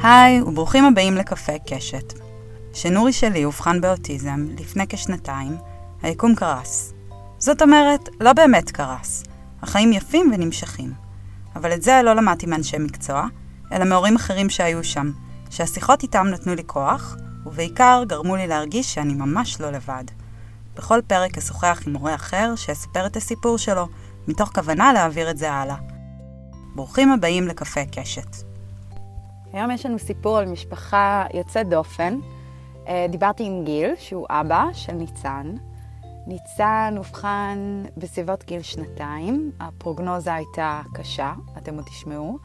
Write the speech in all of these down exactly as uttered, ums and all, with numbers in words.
היי וברוכים הבאים לקפה קשת. שנורי שלי הובחן באוטיזם לפני כשנתיים, היקום קרס. זאת אומרת, לא באמת קרס. החיים יפים ונמשכים. אבל את זה לא למדתי מאנשי מקצוע, אלא מהורים אחרים שהיו שם, שהשיחות איתם נתנו לי כוח, ובעיקר גרמו לי להרגיש שאני ממש לא לבד. בכל פרק אשוחח עם מורה אחר שיספר את הסיפור שלו, מתוך כוונה להעביר את זה הלאה. ברוכים הבאים לקפה קשת. היום יש לנו סיפור על משפחה יוצאת דופן. דיברתי עם גיל, שהוא אבא של ניצן. ניצן הובחן בסביבות גיל שנתיים. הפרוגנוזה הייתה קשה, אתם עוד תשמעו.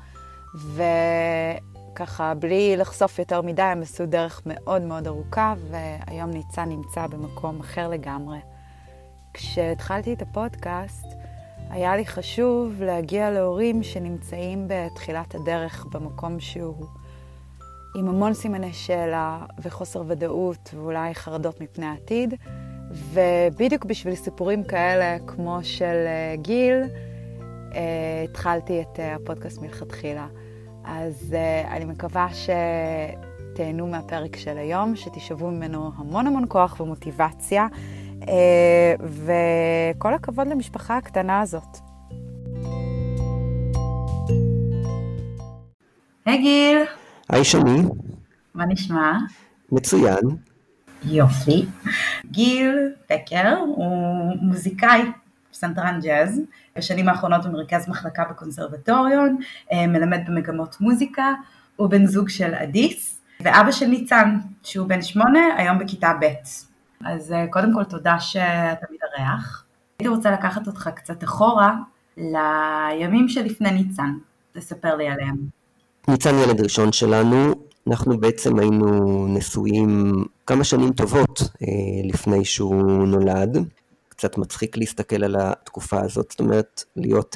וככה, בלי לחשוף יותר מדי, הם עשו דרך מאוד מאוד ארוכה, והיום ניצן נמצא במקום אחר לגמרי. כשהתחלתי את הפודקאסט, היה לי חשוב להגיע להורים שנמצאים בתחילת הדרך במקום שהוא עם המון סימני שאלה וחוסר ודאות ואולי חרדות מפני העתיד. ובדיוק בשביל סיפורים כאלה כמו של גיל, התחלתי את הפודקאסט מלכתחילה. אז אני מקווה שתהנו מהפרק של היום, שתשאבו ממנו המון המון כוח ומוטיבציה. וכל הכבוד למשפחה הקטנה הזאת. היי גיל. היי שני. מה נשמע? מצוין. יופי. גיל פקר הוא מוזיקאי, פסנתרן ג'אז. בשנים האחרונות הוא מרכז מחלקה בקונסרבטוריון, מלמד במגמות מוזיקה, הוא בן זוג של אדיס, ואבא של ניצן, שהוא בן שמונה, היום בכיתה ב'. אז קודם כל תודה שאתה מתארח. הייתי רוצה לקחת אותך קצת אחורה לימים שלפני ניצן, תספר לי עליהם. ניצן ילד ראשון שלנו, אנחנו בעצם היינו נשואים כמה שנים טובות לפני שהוא נולד. קצת מצחיק להסתכל על התקופה הזאת, זאת אומרת להיות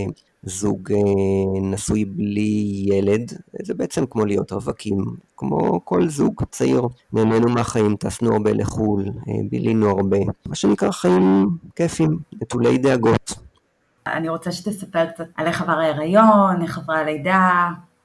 זוג נשוי בלי ילד, זה בעצם כמו להיות רווקים, כמו כל זוג צעיר. נהנינו מהחיים, טסנו הרבה לחול, בילינו הרבה, מה שנקרא חיים כיפים, נטולי דאגות. אני רוצה שתספר קצת על איך עבר ההיריון, איך עברה הלידה.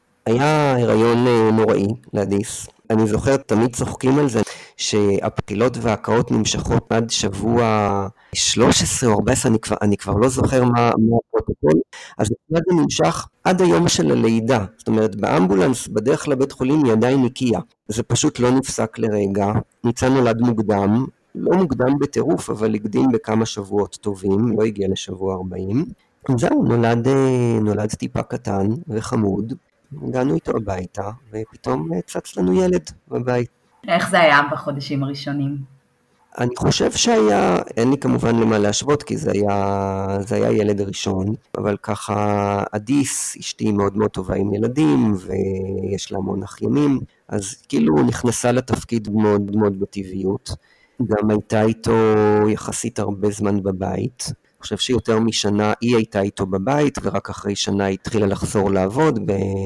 היה הריון נוראי לאדיס. אני זוכר, תמיד צוחקים על זה, שהפתילות והקאות נמשכות עד שבוע שלוש עשרה או ארבע עשרה, אני כבר, אני כבר לא זוכר מה, מה הפרוטוקול, אז זה נמשך עד היום של הלידה. זאת אומרת, באמבולנס, בדרך לבית חולים, היא עדיין נקייה. זה פשוט לא נפסק לרגע. ניצן נולד מוקדם, לא מוקדם בטירוף, אבל הקדים בכמה שבועות טובים, לא הגיע לשבוע ארבעים. זהו, נולד, נולד טיפה קטן וחמוד. הגענו איתו הביתה, ופתאום צץ לנו ילד בבית. איך זה היה בחודשים הראשונים? אני חושב שהיה, אין לי כמובן למה להשוות, כי זה היה, זה היה ילד ראשון, אבל ככה אדיס, אשתי מאוד מאוד טובה עם ילדים, ויש לה המון אחיינים, אז כאילו נכנסה לתפקיד מאוד מאוד בטבעיות, גם הייתה איתו יחסית הרבה זמן בבית, אני חושב שיותר משנה היא הייתה איתו בבית, ורק אחרי שנה היא התחילה לחזור לעבוד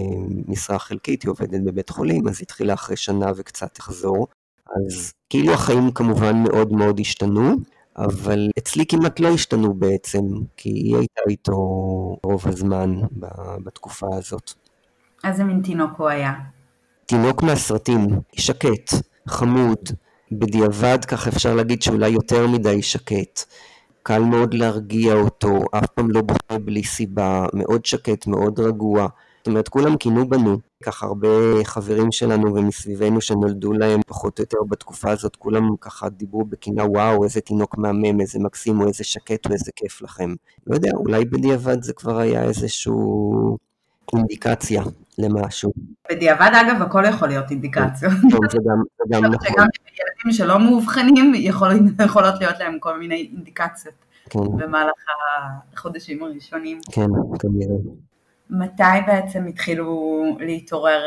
במשרה חלקית, היא עובדת בבית חולים, אז היא התחילה אחרי שנה וקצת לחזור. אז כאילו החיים כמובן מאוד מאוד השתנו, אבל אצלי כמעט לא השתנו בעצם, כי היא הייתה איתו רוב הזמן בתקופה הזאת. איזה מין תינוק הוא היה? תינוק מהסרטים, שקט, חמוד, בדיעבד כך אפשר להגיד שאולי יותר מדי שקט. קל מאוד להרגיע אותו, אף פעם לא בוכה בלי סיבה, מאוד שקט, מאוד רגוע. זאת אומרת, כולם כינו בנו, ככה הרבה חברים שלנו ומסביבנו שנולדו להם פחות או יותר בתקופה הזאת, כולם ככה דיברו בקינה, וואו, איזה תינוק מהמם, איזה מקסים, או איזה שקט, או איזה כיף לכם. לא יודע, אולי בדיעבד זה כבר היה איזשהו אינדיקציה למשהו. בדיעבד אגב, הכל יכול להיות אינדיקציות. טוב, זה גם, זה גם נכון. שגם ילדים שלא מאובחנים, יכולות להיות להם כל מיני אינדיקציות במהלך החודשים הראשונים. כן, כנראה. מתי בעצם התחילו להתעורר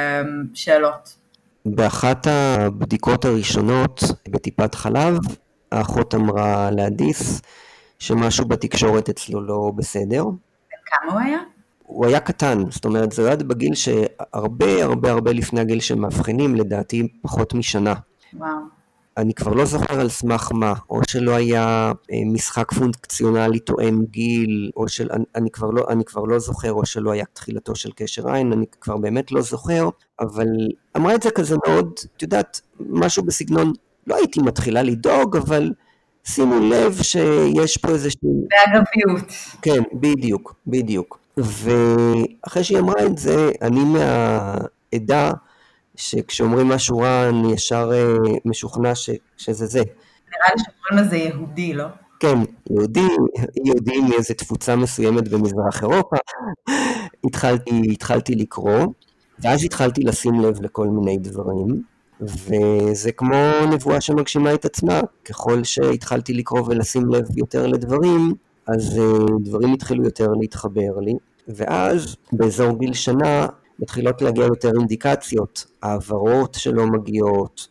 שאלות? באחת הבדיקות הראשונות בטיפת חלב, האחות אמרה לאדיס שמשהו בתקשורת אצלו לא בסדר. כמה הוא היה? הוא היה קטן, זאת אומרת זה היה בגיל שהרבה הרבה הרבה לפני הגיל שמאבחנים, לדעתי פחות משנה. וואו. אני כבר לא זוכר על סמך מה, או שלא היה משחק פונקציונלי תואם גיל, או של, אני, אני, כבר לא, אני כבר לא זוכר, או שלא היה תחילתו של קשר עין, אני כבר באמת לא זוכר, אבל אמרה את זה כזה מאוד, את יודעת, משהו בסגנון, לא הייתי מתחילה לדאוג, אבל שימו לב שיש פה איזשהו... באגביות. כן, בדיוק, בדיוק. ואחרי שהיא אמרה את זה, אני מהעדה, שכשאומרים משהו רע אני ישר משוכנע ש, שזה זה. נראה לי שקוראים לזה יהודי, לא? כן, יהודי, יהודי מאיזו תפוצה מסוימת במזרח אירופה. התחלתי, התחלתי לקרוא, ואז התחלתי לשים לב לכל מיני דברים, וזה כמו נבואה שמגשימה את עצמה. ככל שהתחלתי לקרוא ולשים לב יותר לדברים, אז דברים התחילו יותר להתחבר לי, ואז באזור גיל שנה, מתחילות להגיע יותר אינדיקציות, העברות שלא מגיעות,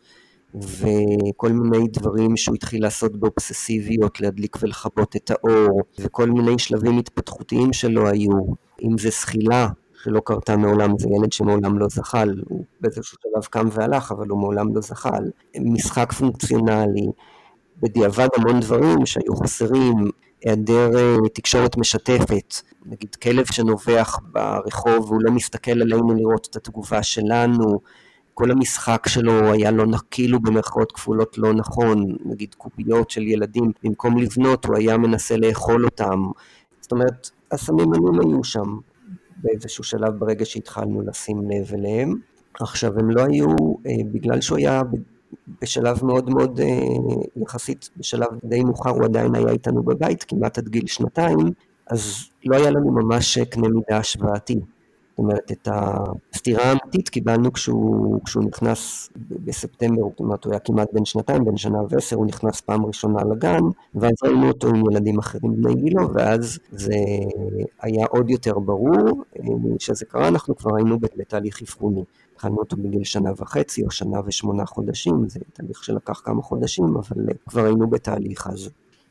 וכל מיני דברים שהוא התחיל לעשות באובססיביות, להדליק ולחבות את האור, וכל מיני שלבים התפתחותיים שלא היו, אם זה שחילה, שלא קרתה מעולם, זה ילד שמעולם לא זחל, הוא באיזשהו שלב קם והלך, אבל הוא מעולם לא זחל, משחק פונקציונלי, בדיעבד המון דברים שהיו חסרים, היעדר תקשורת משתפת, נגיד כלב שנובח ברחוב והוא לא מסתכל עלינו לראות את התגובה שלנו, כל המשחק שלו היה לא כאילו במרכאות כפולות לא נכון, נגיד קוביות של ילדים, במקום לבנות הוא היה מנסה לאכול אותם, זאת אומרת הסממנים היו שם באיזשהו שלב ברגע שהתחלנו לשים לב אליהם. עכשיו הם לא היו, בגלל שהוא היה בשלב מאוד מאוד יחסית, בשלב די מאוחר הוא עדיין היה איתנו בבית, כמעט עד גיל שנתיים, אז לא היה לנו ממש קנה מידה השוואתי. זאת אומרת, את הסתירה האמיתית קיבלנו כשהוא, כשהוא נכנס בספטמבר, זאת אומרת, הוא היה כמעט בין שנתיים, בין שנה ועשר, הוא נכנס פעם ראשונה לגן, ואז ראינו אותו עם ילדים אחרים בני גילו, ואז זה היה עוד יותר ברור, שזה קרה, אנחנו כבר היינו בתהליך אבחוני. התחלנו אותו בגיל שנה וחצי, או שנה ושמונה חודשים, זה תהליך שלקח כמה חודשים, אבל כבר היינו בתהליך הזה.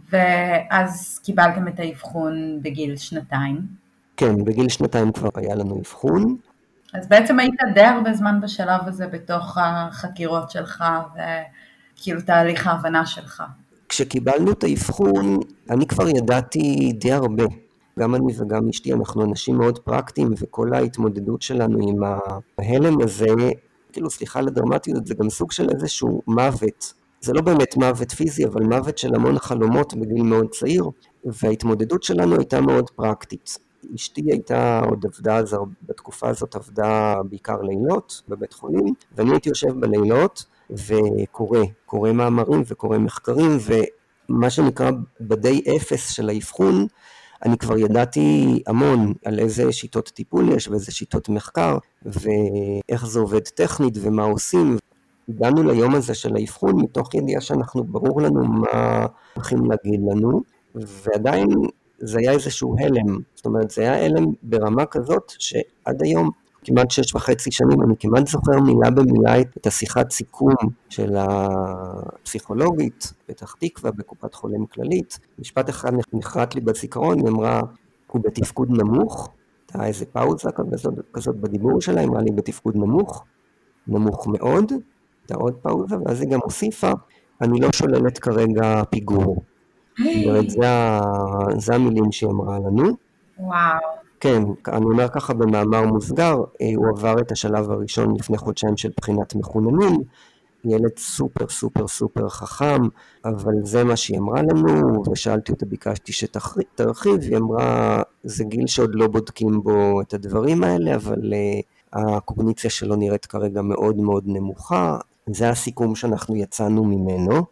ואז קיבלתם את האבחון בגיל שנתיים? כן, בגיל שנתיים כבר היה לנו אבחון. אז בעצם היית די הרבה זמן בשלב הזה בתוך החקירות שלך, וכאילו תהליך ההבנה שלך. כשקיבלנו את האבחון, אני כבר ידעתי די הרבה. גם אני וגם אשתי, אנחנו אנשים מאוד פרקטיים, וכל ההתמודדות שלנו עם ההלם הזה, כאילו סליחה לדרמטיות, זה גם סוג של איזשהו מוות. זה לא באמת מוות פיזי, אבל מוות של המון חלומות בגיל מאוד צעיר, וההתמודדות שלנו הייתה מאוד פרקטית. אשתי הייתה עוד עבדה, אז בתקופה הזאת עבדה בעיקר לילות בבית חולים, ואני הייתי יושב בלילות וקורא, קורא מאמרים וקורא מחקרים, ומה שנקרא בדי אפס של האבחון, אני כבר ידעתי המון על איזה שיטות טיפול יש ואיזה שיטות מחקר, ואיך זה עובד טכנית ומה עושים. הגענו ליום הזה של האבחון מתוך ידיעה שאנחנו ברור לנו מה הולכים להגיד לנו, ועדיין זה היה איזשהו הלם, זאת אומרת זה היה הלם ברמה כזאת שעד היום כמעט שש וחצי שנים אני כמעט זוכר מילה במילה את השיחת סיכום של הפסיכולוגית פתח תקווה בקופת חולים כללית. משפט אחד נחרט לי בזיכרון, היא אמרה הוא בתפקוד נמוך, הייתה איזה פאוזה כזאת, כזאת בדיבור שלה, היא אמרה לי בתפקוד נמוך, נמוך מאוד, הייתה עוד פאוזה, ואז היא גם הוסיפה, אני לא שוללת כרגע פיגור. זאת זה המילים שהיא אמרה לנו. וואו. כן, אני אומר ככה במאמר מוסגר, הוא עבר את השלב הראשון לפני חודשיים של בחינת מחוננים, ילד סופר סופר סופר חכם, אבל זה מה שהיא אמרה לנו, ושאלתי אותה, ביקשתי שתרחיב, היא אמרה, זה גיל שעוד לא בודקים בו את הדברים האלה, אבל הקוגניציה שלו נראית כרגע מאוד מאוד נמוכה, זה הסיכום שאנחנו יצאנו ממנו,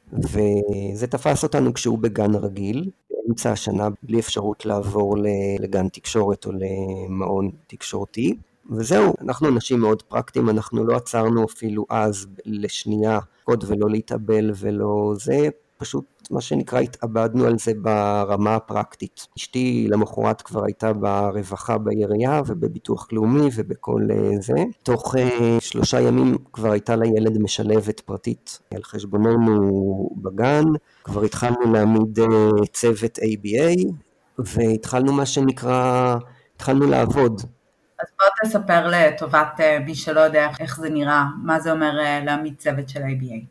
וזה תפס אותנו כשהוא בגן רגיל, באמצע השנה בלי אפשרות לעבור לגן תקשורת או למעון תקשורתי, וזהו, אנחנו אנשים מאוד פרקטיים, אנחנו לא עצרנו אפילו אז לשנייה קוד ולא להתאבל ולא זה, פשוט מה שנקרא התאבדנו על זה ברמה הפרקטית. אשתי למחרת כבר הייתה ברווחה בעירייה ובביטוח לאומי ובכל זה. תוך שלושה ימים כבר הייתה לילד משלבת פרטית על חשבוננו בגן, כבר התחלנו להעמיד צוות איי בי איי והתחלנו מה שנקרא, התחלנו לעבוד. אז בוא תספר לטובת מי שלא יודע איך זה נראה, מה זה אומר להעמיד צוות של איי בי איי.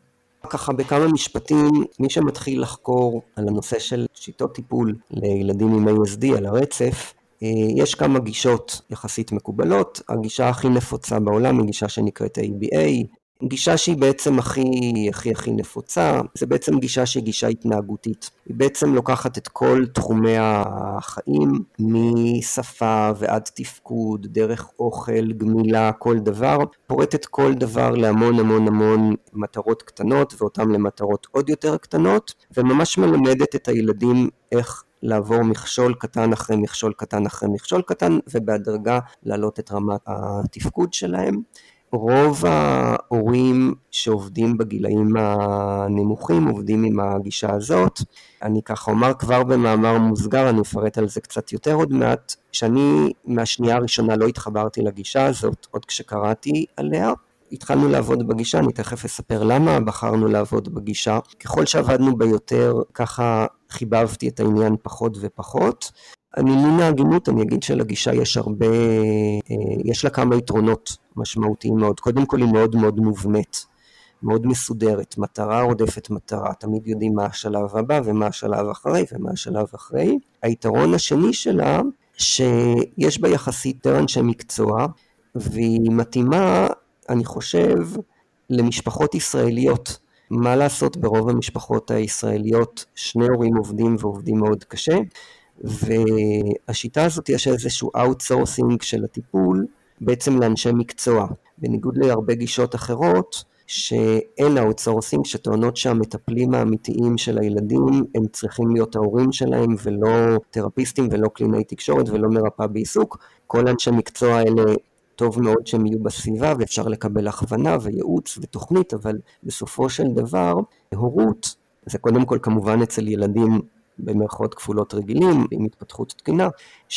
ככה בכמה משפטים, מי שמתחיל לחקור על הנושא של שיטות טיפול לילדים עם איי אס די על הרצף, יש כמה גישות יחסית מקובלות. הגישה הכי נפוצה בעולם היא גישה שנקראת איי בי איי, גישה שהיא בעצם הכי הכי הכי נפוצה, זה בעצם גישה שהיא גישה התנהגותית. היא בעצם לוקחת את כל תחומי החיים, משפה ועד תפקוד, דרך אוכל, גמילה, כל דבר, פורטת כל דבר להמון המון המון מטרות קטנות, ואותם למטרות עוד יותר קטנות, וממש מלמדת את הילדים איך לעבור מכשול קטן אחרי מכשול קטן אחרי מכשול קטן, ובהדרגה להעלות את רמת התפקוד שלהם. רוב ההורים שעובדים בגילאים הנמוכים עובדים עם הגישה הזאת. אני ככה אומר כבר במאמר מוסגר, אני אפרט על זה קצת יותר עוד מעט, שאני מהשנייה הראשונה לא התחברתי לגישה הזאת, עוד כשקראתי עליה. התחלנו לעבוד בגישה, אני תכף אספר למה בחרנו לעבוד בגישה. ככל שעבדנו ביותר, ככה חיבבתי את העניין פחות ופחות. אני מן ההגינות, אני אגיד שלגישה יש הרבה, יש לה כמה יתרונות משמעותיים מאוד. קודם כל היא מאוד מאוד מובנית, מאוד מסודרת, מטרה רודפת מטרה, תמיד יודעים מה השלב הבא ומה השלב אחרי ומה השלב אחרי. היתרון השני שלה, שיש בה יחסית יותר אנשי מקצוע, והיא מתאימה, אני חושב, למשפחות ישראליות. מה לעשות, ברוב המשפחות הישראליות שני הורים עובדים ועובדים מאוד קשה, והשיטה הזאת יש איזשהו אאוטסורסינג של הטיפול בעצם לאנשי מקצוע, בניגוד להרבה גישות אחרות שאין אאוטסורסינג, שטוענות שהמטפלים האמיתיים של הילדים הם צריכים להיות ההורים שלהם ולא תרפיסטים ולא קלינאי תקשורת ולא מרפאה בעיסוק. כל אנשי מקצוע האלה טוב מאוד שהם יהיו בסביבה ואפשר לקבל הכוונה וייעוץ ותוכנית, אבל בסופו של דבר הורות זה קודם כל כמובן אצל ילדים במרכאות כפולות רגילים, עם התפתחות תקינה,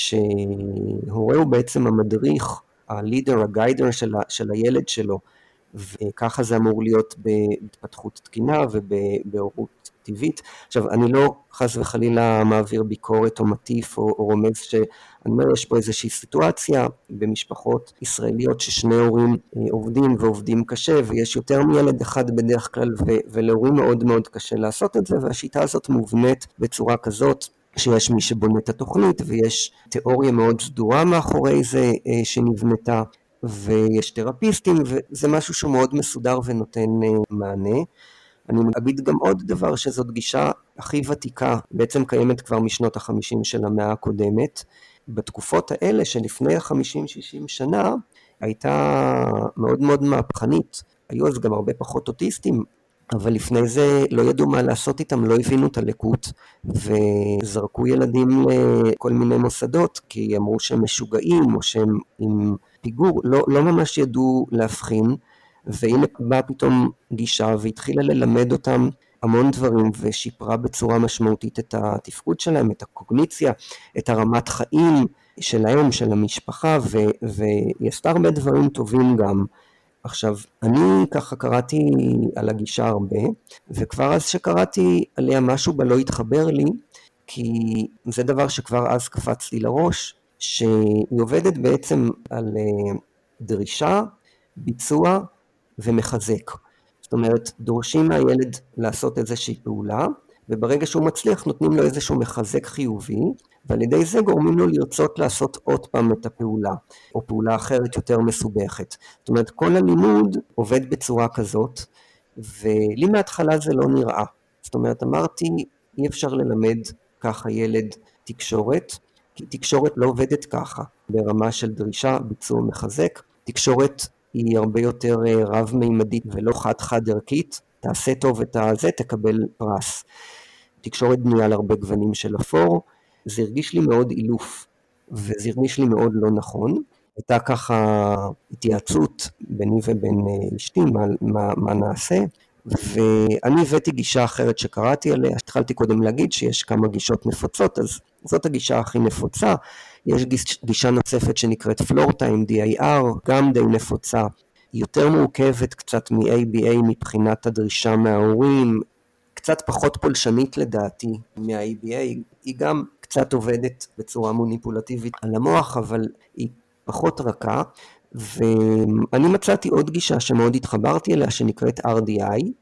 שהורה הוא בעצם המדריך, הלידר, הגיידר של, ה, של הילד שלו, וככה זה אמור להיות בהתפתחות תקינה ובהורות טבעית. עכשיו, אני לא חס וחלילה מעביר ביקורת או מטיף או, או רומז שאני אומר, יש פה איזושהי סיטואציה במשפחות ישראליות ששני הורים עובדים ועובדים קשה, ויש יותר מילד אחד בדרך כלל, ו- ולהורים מאוד מאוד קשה לעשות את זה, והשיטה הזאת מובנית בצורה כזאת, שיש מי שבונה את התוכנית, ויש תיאוריה מאוד סדורה מאחורי זה שנבנתה, ויש תרפיסטים, וזה משהו שהוא מאוד מסודר ונותן מענה. אני אגיד גם עוד דבר, שזאת גישה הכי ותיקה, בעצם קיימת כבר משנות החמישים של המאה הקודמת. בתקופות האלה שלפני החמישים שישים שנה, הייתה מאוד מאוד מהפכנית. היו אז גם הרבה פחות אוטיסטים, אבל לפני זה לא ידעו מה לעשות איתם, לא הבינו את הלקות, וזרקו ילדים לכל מיני מוסדות, כי אמרו שהם משוגעים, או שהם עם פיגור, לא, לא ממש ידעו להבחין, והנה באה פתאום גישה, והתחילה ללמד אותם המון דברים, ושיפרה בצורה משמעותית את התפקוד שלהם, את הקוגניציה, את הרמת חיים שלהם, של המשפחה, ו- והיא עשתה הרבה דברים טובים גם. עכשיו, אני ככה קראתי על הגישה הרבה, וכבר אז שקראתי עליה משהו בה לא התחבר לי, כי זה דבר שכבר אז קפץ לי לראש, שהיא עובדת בעצם על דרישה, ביצוע ומחזק. זאת אומרת, דורשים מהילד לעשות איזושהי פעולה, וברגע שהוא מצליח נותנים לו איזשהו מחזק חיובי, ועל ידי זה גורמים לו לרצות לעשות עוד פעם את הפעולה, או פעולה אחרת יותר מסובכת. זאת אומרת, כל הלימוד עובד בצורה כזאת, ולי מההתחלה זה לא נראה. זאת אומרת, אמרתי, אי אפשר ללמד ככה ילד תקשורת, כי תקשורת לא עובדת ככה, ברמה של דרישה, ביצוע מחזק. תקשורת היא הרבה יותר רב-מימדית ולא חד-חד ערכית, תעשה טוב את הזה, תקבל פרס. תקשורת בנויה על הרבה גוונים של אפור, זה הרגיש לי מאוד אילוף, וזה הרגיש לי מאוד לא נכון. הייתה ככה התייעצות ביני ובין אשתי, מה, מה, מה נעשה, ואני הבאתי גישה אחרת שקראתי עליה. התחלתי קודם להגיד שיש כמה גישות נפוצות, אז זאת הגישה הכי נפוצה. יש גישה נוספת שנקראת פלור טיים, די איי אר, גם די נפוצה, היא יותר מורכבת קצת מ-איי בי איי מבחינת הדרישה מההורים, קצת פחות פולשנית לדעתי מה-איי בי איי, היא גם קצת עובדת בצורה מוניפולטיבית על המוח, אבל היא פחות רכה, ואני מצאתי עוד גישה שמאוד התחברתי אליה, שנקראת אר די איי,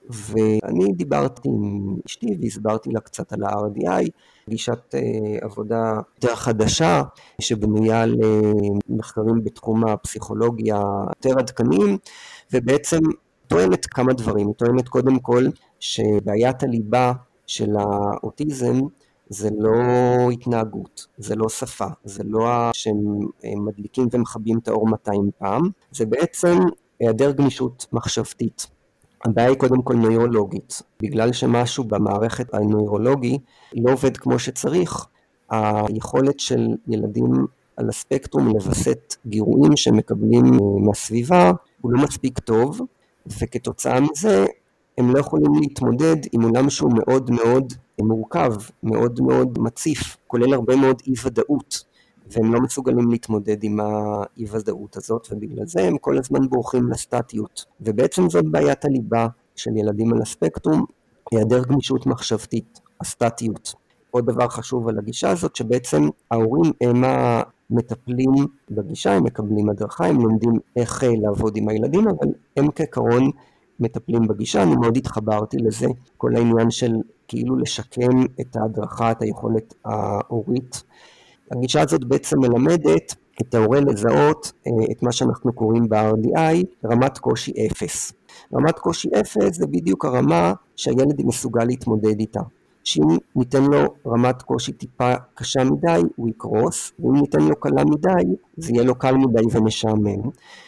ואני דיברתי עם אשתי והסברתי לה קצת על ה-אר די איי, גישת עבודה יותר חדשה שבנויה על מחקרים בתחום הפסיכולוגיה יותר עדכניים, ובעצם טוענת כמה דברים. היא טוענת קודם כל שבעיית הליבה של האוטיזם זה לא התנהגות, זה לא שפה, זה לא שהם מדליקים ומכבים את האור מאתיים פעם, זה בעצם היעדר גמישות מחשבתית. הבעיה היא קודם כל נוירולוגית, בגלל שמשהו במערכת הנוירולוגי לא עובד כמו שצריך, היכולת של ילדים על הספקטרום לבסט גירויים שמקבלים מהסביבה הוא לא מספיק טוב, וכתוצאה מזה הם לא יכולים להתמודד עם עולם שהוא מאוד מאוד מורכב, מאוד מאוד מציף, כולל הרבה מאוד אי ודאות, והם לא מסוגלים להתמודד עם האי ודאות הזאת, ובגלל זה הם כל הזמן בורחים לסטטיות. ובעצם זאת בעיית הליבה של ילדים על הספקטרום, היעדר גמישות מחשבתית, הסטטיות. עוד דבר חשוב על הגישה הזאת, שבעצם ההורים הם המטפלים בגישה, הם מקבלים הדרכה, הם לומדים איך לעבוד עם הילדים, אבל הם כעיקרון מטפלים בגישה. אני מאוד התחברתי לזה, כל העניין של כאילו לשקם את ההדרכה, את היכולת ההורית. הגישה הזאת בעצם מלמדת את ההורה לזהות את מה שאנחנו קוראים ב-אר די איי, רמת קושי אפס. רמת קושי אפס זה בדיוק הרמה שהילד מסוגל להתמודד איתה. שאם ניתן לו רמת קושי טיפה קשה מדי, הוא יקרוס, ואם ניתן לו קלה מדי, זה יהיה לו קל מדי ומשעמם.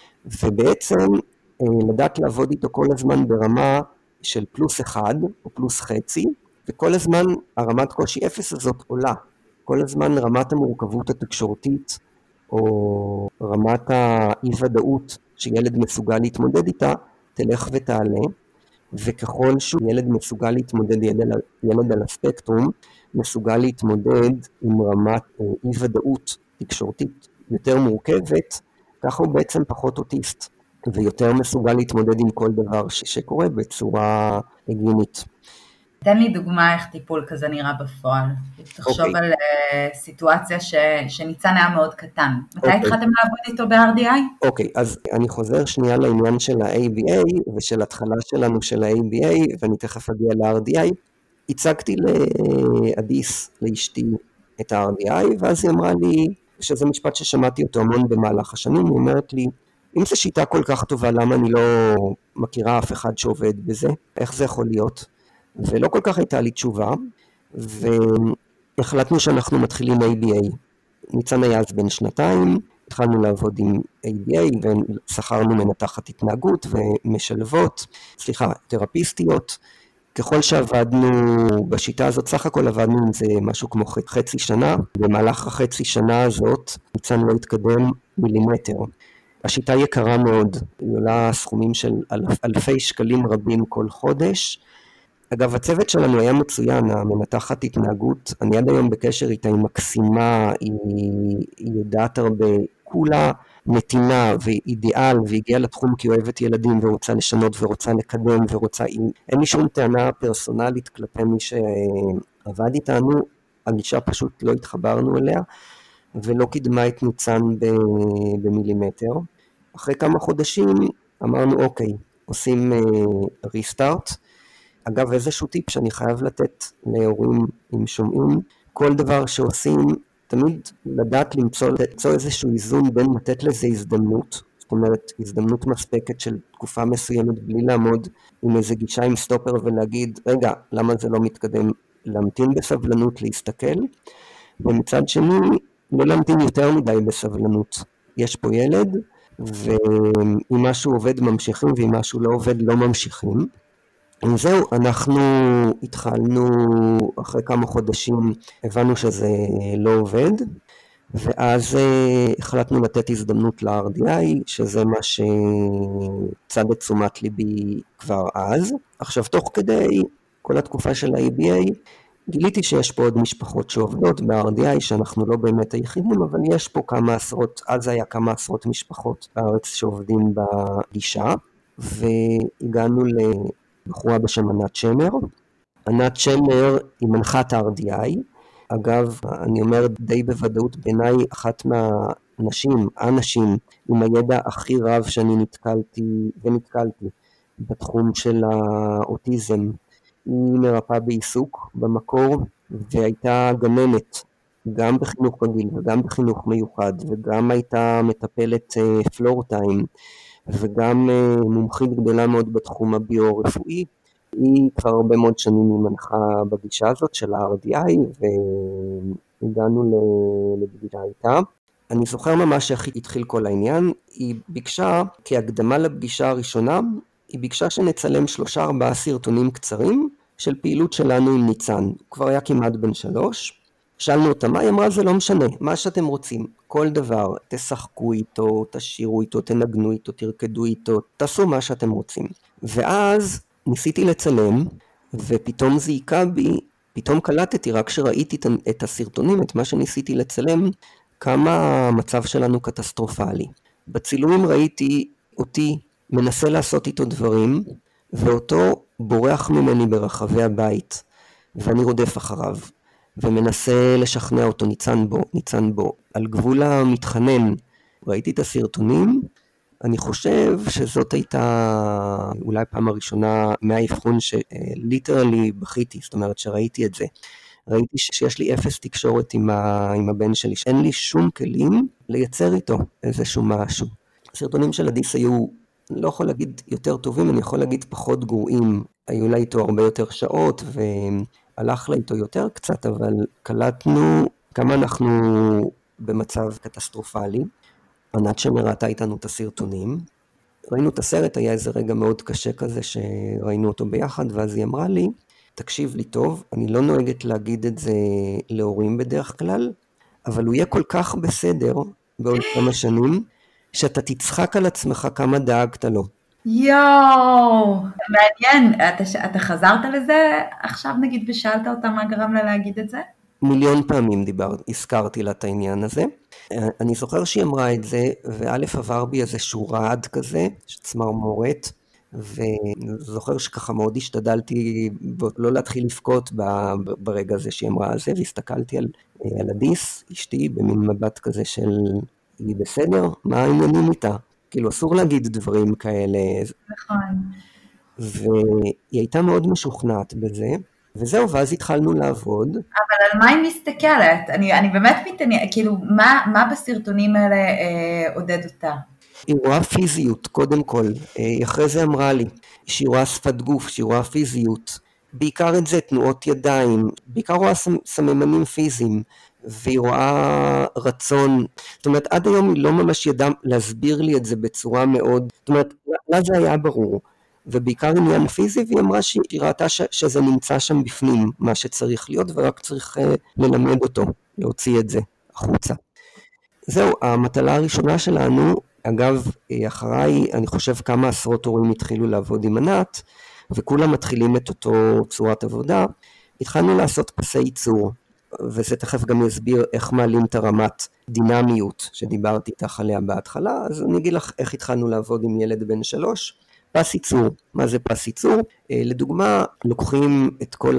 ובעצם לדעת לעבוד איתו כל הזמן ברמה של פלוס אחד או פלוס חצי, וכל הזמן הרמת קושי אפס הזאת עולה. כל הזמן רמת המורכבות התקשורתית או רמת האי-ודאות שילד מסוגל להתמודד איתה תלך ותעלה, וככל שהוא ילד מסוגל להתמודד, ילד, ילד על הספקטרום מסוגל להתמודד עם רמת אי-ודאות תקשורתית יותר מורכבת, ככה הוא בעצם פחות אוטיסט ויותר מסוגל להתמודד עם כל דבר ש- שקורה בצורה הגיונית. תן לי דוגמה איך טיפול כזה נראה בפועל. תחשוב okay. על uh, סיטואציה ש, שניצן היה מאוד קטן. מתי okay. התחלתם לעבוד איתו ב-אר די איי? אוקיי, okay, אז אני חוזר שנייה לעניין של ה-איי בי איי ושל התחלה שלנו של ה-איי בי איי, ואני תכף אגיע ל-אר די איי. הצגתי לאדיס, לאשתי, את ה-אר די איי, ואז היא אמרה לי, שזה משפט ששמעתי אותו המון במהלך השנים, היא אומרת לי, אם זו שיטה כל כך טובה, למה אני לא מכירה אף אחד שעובד בזה? איך זה יכול להיות? ולא כל כך הייתה לי תשובה, והחלטנו שאנחנו מתחילים איי בי איי. ניצן היה אז בן שנתיים, התחלנו לעבוד עם איי בי איי, ושכרנו מנתחת התנהגות ומשלבות, סליחה, תרפיסטיות. ככל שעבדנו בשיטה הזאת, סך הכל עבדנו עם זה משהו כמו חצי שנה, במהלך החצי שנה הזאת, ניצן לא התקדם מילימטר. השיטה יקרה מאוד, היא עולה סכומים של אלפי שקלים רבים כל חודש. אגב, הצוות שלנו היה מצוין, המנתחת התנהגות, אני עד היום בקשר איתה, היא מקסימה, היא, היא יודעת הרבה, כולה נתינה ואידיאל, והגיעה לתחום כי אוהבת ילדים ורוצה לשנות ורוצה לקדם ורוצה, אין לי שום טענה פרסונלית כלפי מי שעבד איתנו, הגישה פשוט לא התחברנו אליה, ולא קידמה את ניצן במילימטר. אחרי כמה חודשים אמרנו אוקיי, עושים ריסטארט, אגב, איזשהו טיפ שאני חייב לתת להורים עם שומעים, כל דבר שעושים, תמיד לדעת למצוא, למצוא איזשהו איזון בין לתת לזה הזדמנות, זאת אומרת, הזדמנות מספקת של תקופה מסוימת, בלי לעמוד עם איזה גישה עם סטופר ולהגיד, רגע, למה זה לא מתקדם? להמתין בסבלנות, להסתכל, ומצד שני, לא להמתין יותר מדי בסבלנות. יש פה ילד, ואם משהו עובד ממשיכים, ואם משהו לא עובד לא ממשיכים, וזהו, אנחנו התחלנו אחרי כמה חודשים, הבנו שזה לא עובד, ואז החלטנו לתת הזדמנות ל-אר די איי, שזה מה שצד את תשומת ליבי כבר אז. עכשיו, תוך כדי כל התקופה של ה-איי בי איי, גיליתי שיש פה עוד משפחות שעובדות ב-אר די איי, שאנחנו לא באמת היחידים, אבל יש פה כמה עשרות, אז היה כמה עשרות משפחות בארץ שעובדים בגישה, והגענו ל... בחורה בשם ענת שמר. ענת שמר היא מנחת ה-אר די איי. אגב, אני אומר די בוודאות, בעיניי אחת מהנשים, האנשים עם הידע הכי רב שאני נתקלתי ונתקלתי בתחום של האוטיזם. היא מרפאה בעיסוק במקור, והייתה גננת, גם בחינוך רגיל וגם בחינוך מיוחד, וגם הייתה מטפלת פלור טיים, וגם מומחית גדולה מאוד בתחום הביו-רפואי. היא כבר הרבה מאוד שנים היא מנחה בגישה הזאת של ה-אר די איי, והגענו לפגישה איתה. אני זוכר ממש איך התחיל כל העניין. היא ביקשה, כהקדמה לפגישה הראשונה, היא ביקשה שנצלם שלושה ארבעה סרטונים קצרים של פעילות שלנו עם ניצן. הוא כבר היה כמעט בן שלוש. שאלנו אותה מה, היא אמרה זה לא משנה, מה שאתם רוצים, כל דבר, תשחקו איתו, תשירו איתו, תנגנו איתו, תרקדו איתו, תעשו מה שאתם רוצים. ואז ניסיתי לצלם, ופתאום זה עיקה בי, פתאום קלטתי רק שראיתי את הסרטונים, את מה שניסיתי לצלם, כמה המצב שלנו קטסטרופלי. בצילומים ראיתי אותי מנסה לעשות איתו דברים, ואותו בורח ממני ברחבי הבית, ואני רודף אחריו, ומנסה לשכנע אותו, ניצן בו, ניצן בו, על גבול המתחנן. ראיתי את הסרטונים, אני חושב שזאת הייתה אולי פעם הראשונה מהאבחון שליטרלי בכיתי, זאת אומרת שראיתי את זה. ראיתי שיש לי אפס תקשורת עם, ה, עם הבן שלי, שאין לי שום כלים לייצר איתו איזשהו משהו. הסרטונים של עדיס היו, לא יכול להגיד יותר טובים, אני יכול להגיד פחות גרועים. היו לה איתו הרבה יותר שעות, והלך לה איתו יותר קצת, אבל קלטנו כמה אנחנו במצב קטסטרופלי. ענת שמראתה איתנו את הסרטונים. ראינו את הסרט, היה איזה רגע מאוד קשה כזה שראינו אותו ביחד, ואז היא אמרה לי, תקשיב לי טוב, אני לא נוהגת להגיד את זה להורים בדרך כלל, אבל הוא יהיה כל כך בסדר בעוד כמה שנים, שאתה תצחק על עצמך כמה דאגת לו. יואו, מעניין, אתה, אתה חזרת לזה עכשיו נגיד ושאלת אותה מה גרם לה להגיד את זה? מיליון פעמים דיבר, הזכרתי לה את העניין הזה. אני זוכר שהיא אמרה את זה, וא' עבר בי איזשהו רעד כזה, צמרמורת, וזוכר שככה מאוד השתדלתי לא להתחיל לבכות ברגע הזה שהיא אמרה על זה, והסתכלתי על, על עדיס, אשתי, במין מבט כזה של היא בסדר, מה העניינים איתה? כאילו אסור להגיד דברים כאלה. נכון. והיא הייתה מאוד משוכנעת בזה, וזהו, ואז התחלנו לעבוד. אבל על מה היא מסתכלת? אני, אני באמת מתעניינת, כאילו, מה, מה בסרטונים האלה אה, עודד אותה? היא רואה פיזיות, קודם כל. היא אחרי זה אמרה לי, שהיא רואה שפת גוף, שהיא רואה פיזיות. בעיקר את זה, תנועות ידיים, בעיקר רואה סממנים פיזיים, והיא רואה רצון. זאת אומרת, עד היום היא לא ממש ידעה להסביר לי את זה בצורה מאוד, זאת אומרת, לה זה היה ברור. ובעיקר עניין פיזי, והיא אמרה שהיא ראתה ש- שזה נמצא שם בפנים, מה שצריך להיות, ורק צריך uh, ללמד אותו, להוציא את זה החוצה. זהו, המטלה הראשונה שלנו, אגב, אחריי, אני חושב כמה עשרות הורים התחילו לעבוד עם ענת, וכולם מתחילים את אותו צורת עבודה, התחלנו לעשות פסי ייצור, וזה תכף גם יסביר איך מעלים את הרמת דינמיות, שדיברתי איתך עליה בהתחלה, אז אני אגיד לך איך התחלנו לעבוד עם ילד בן שלוש, פס ייצור. מה זה פס ייצור? לדוגמה, לוקחים את כל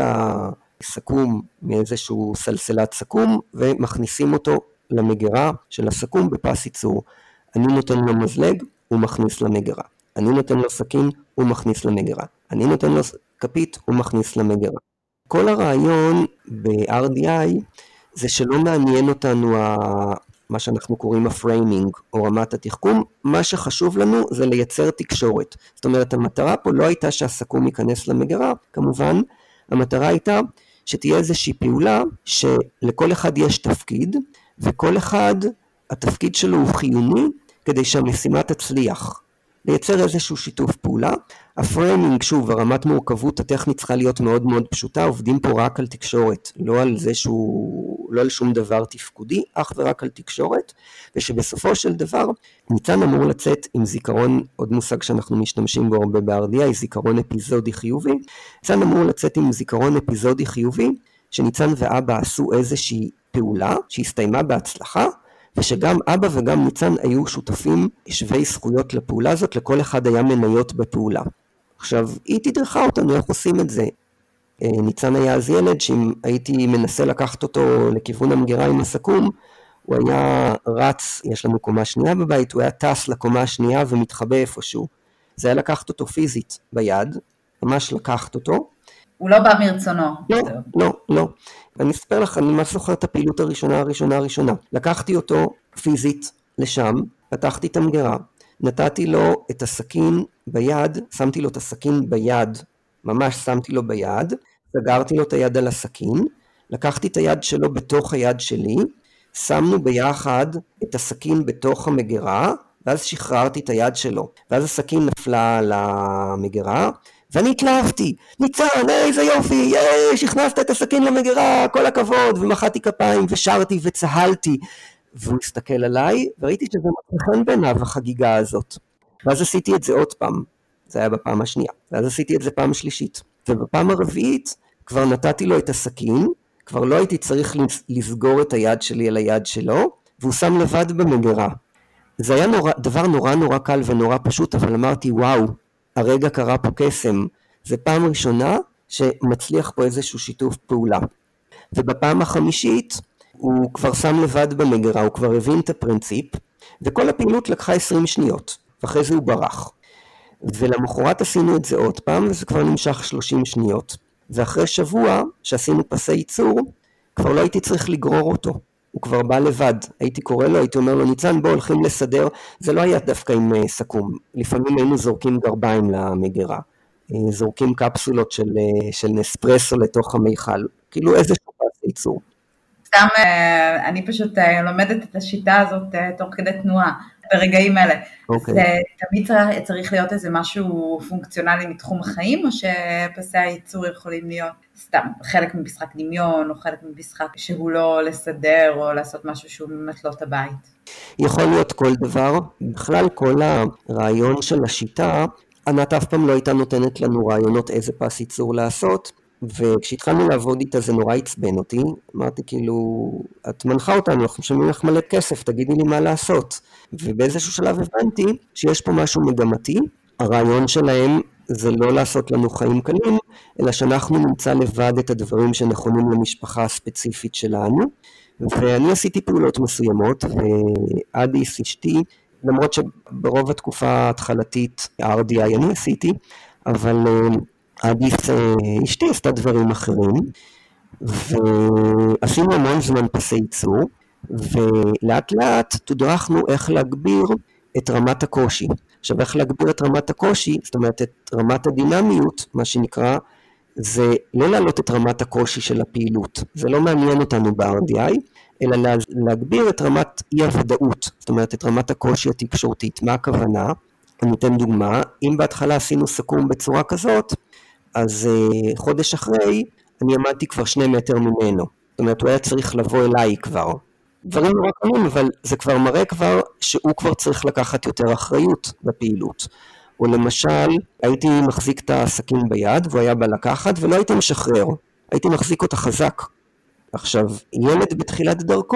הסכום מאיזשהו סלסלת סכום, ומכניסים אותו למגירה של הסכום בפס ייצור. אני נותן לו מזלג, הוא מכניס למגירה. אני נותן לו סכין, הוא מכניס למגירה. אני נותן לו כפית, הוא מכניס למגירה. כל הרעיון ב-אר די איי זה שלא מעניין אותנו ה... מה שאנחנו קוראים הפריימינג או רמת התחכום, מה שחשוב לנו זה לייצר תקשורת. זאת אומרת, המטרה פה לא הייתה שהסכום ייכנס למגירה, כמובן, המטרה הייתה שתהיה איזושהי פעולה שלכל אחד יש תפקיד, וכל אחד, התפקיד שלו הוא חיוני, כדי שהמשימה תצליח. לייצר איזשהו שיתוף פעולה. הפריימינג, שוב, הרמת מורכבות הטכנית צריכה להיות מאוד מאוד פשוטה, עובדים פה רק על תקשורת, לא על זה שהוא, לא על שום דבר תפקודי, אך ורק על תקשורת, ושבסופו של דבר ניצן אמור לצאת עם זיכרון, עוד מושג שאנחנו משתמשים בו הרבה ב-אר די איי, זיכרון אפיזודי חיובי. ניצן אמור לצאת עם זיכרון אפיזודי חיובי, שניצן ואבא עשו איזושהי פעולה שהסתיימה בהצלחה, ושגם אבא וגם ניצן היו שותפים שווי זכויות לפעולה הזאת, לכל אחד היה מניות בפעולה. עכשיו, היא תדרכה אותנו איך עושים את זה. ניצן היה אז ילד שאם הייתי מנסה לקחת אותו לכיוון המגירה עם הסכום, הוא היה רץ, יש לנו קומה שנייה בבית, הוא היה טס לקומה השנייה ומתחבא איפשהו. זה היה לקחת אותו פיזית ביד, ממש לקחת אותו. הוא לא בא מרצונו. לא, לא, לא. אני אספר לך, אני ממש זוכר את הפעילות הראשונה, הראשונה, הראשונה. לקחתי אותו פיזית לשם, פתחתי את המגירה, נתתי לו את הסכין ביד, שמתי לו את הסכין ביד, ממש שמתי לו ביד, סגרתי לו את היד על הסכין, לקחתי את היד שלו בתוך היד שלי, שמנו ביחד את הסכין בתוך המגירה, ואז שחררתי את היד שלו, ואז הסכין נפלה על המגירה, ואני התלהבתי, ניצן, איזה יופי, יש, הכנסת את הסכין למגירה, כל הכבוד, ומחאתי כפיים ושרתי וצהלתי, והוא הסתכל עליי, וראיתי שזה מצחן בעיניו החגיגה הזאת, ואז עשיתי את זה עוד פעם, זה היה בפעם השנייה, ואז עשיתי את זה פעם שלישית, ובפעם הרביעית כבר נתתי לו את הסכין, כבר לא הייתי צריך לסגור את היד שלי על היד שלו, והוא שם לבד במגירה. זה היה נורא, דבר נורא נורא קל ונורא פשוט, אבל אמרתי, וואו, הרגע קרה פה קסם. זה פעם ראשונה שמצליח פה איזשהו שיתוף פעולה. ובפעם החמישית, הוא כבר שם לבד במגירה, הוא כבר הבין את הפרינציפ, וכל הפעילות לקחה עשרים שניות, ואחרי זה הוא ברח. ולמחרת עשינו את זה עוד פעם, וזה כבר נמשך שלושים שניות. ואחרי שבוע שעשינו פסי ייצור, כבר לא הייתי צריך לגרור אותו. הוא כבר בא לבד, הייתי קורא לו, הייתי אומר לו, ניצן, בוא הולכים לסדר, זה לא היה דווקא עם סכום, לפעמים היינו זורקים גרביים למגירה, זורקים קפסולות של, של נספרסו לתוך המיכל, כאילו איזה שופס ייצור. סתם, אני פשוט לומדת את השיטה הזאת תוך כדי תנועה, ברגעים אלה. Okay. זה תמיד צריך, צריך להיות איזה משהו פונקציונלי מתחום החיים, או שפסי הייצור יכולים להיות סתם חלק ממשחק דמיון, או חלק ממשחק שהוא לא לסדר, או לעשות משהו שהוא ממטלות הבית? יכול להיות כל דבר. בכלל כל הרעיון של השיטה, ענת אף פעם לא הייתה נותנת לנו רעיונות איזה פס ייצור לעשות, וכשהתחלנו לעבוד איתה זה נורא עצבן אותי, אמרתי כאילו, את מנחה אותנו, אנחנו משלמים לך מלא כסף, תגידי לי מה לעשות. ובאיזשהו שלב הבנתי שיש פה משהו מגמתי, הרעיון שלהם זה לא לעשות לנו חיים קלים, אלא שאנחנו נמצא לבד את הדברים שנכונים למשפחה הספציפית שלנו, ואני עשיתי פעולות מסוימות, ואדיס אשתי, למרות שברוב התקופה ההתחלתית ה-אר די איי אני עשיתי, אבל אדיס אשתי עשתה דברים אחרים, ועשינו המון זמן פסי ייצור, ולאט לאט תודרכנו איך להגביר את רמת הקושי. עכשיו איך להגביר את רמת הקושי, זאת אומרת את רמת הדינמיות, מה שנקרא, זה לא להעלות את רמת הקושי של הפעילות, זה לא מעניין אותנו ב-אר די איי, אלא להגביר את רמת אי הוודאות, זאת אומרת את רמת הקושי התקשורתית. מה הכוונה? אני אתן דוגמה, אם בהתחלה עשינו סכום בצורה כזאת, אז uh, חודש אחרי אני עמדתי כבר שני מטר ממנו, זאת אומרת הוא היה צריך לבוא אליי כבר, דברים נורא קלים, אבל זה כבר מראה כבר שהוא כבר צריך לקחת יותר אחריות בפעילות. או למשל, הייתי מחזיק את הסכין ביד, והוא היה בא לקחת, ולא הייתי משחרר, הייתי מחזיק אותה חזק. עכשיו, ילד בתחילת דרכו,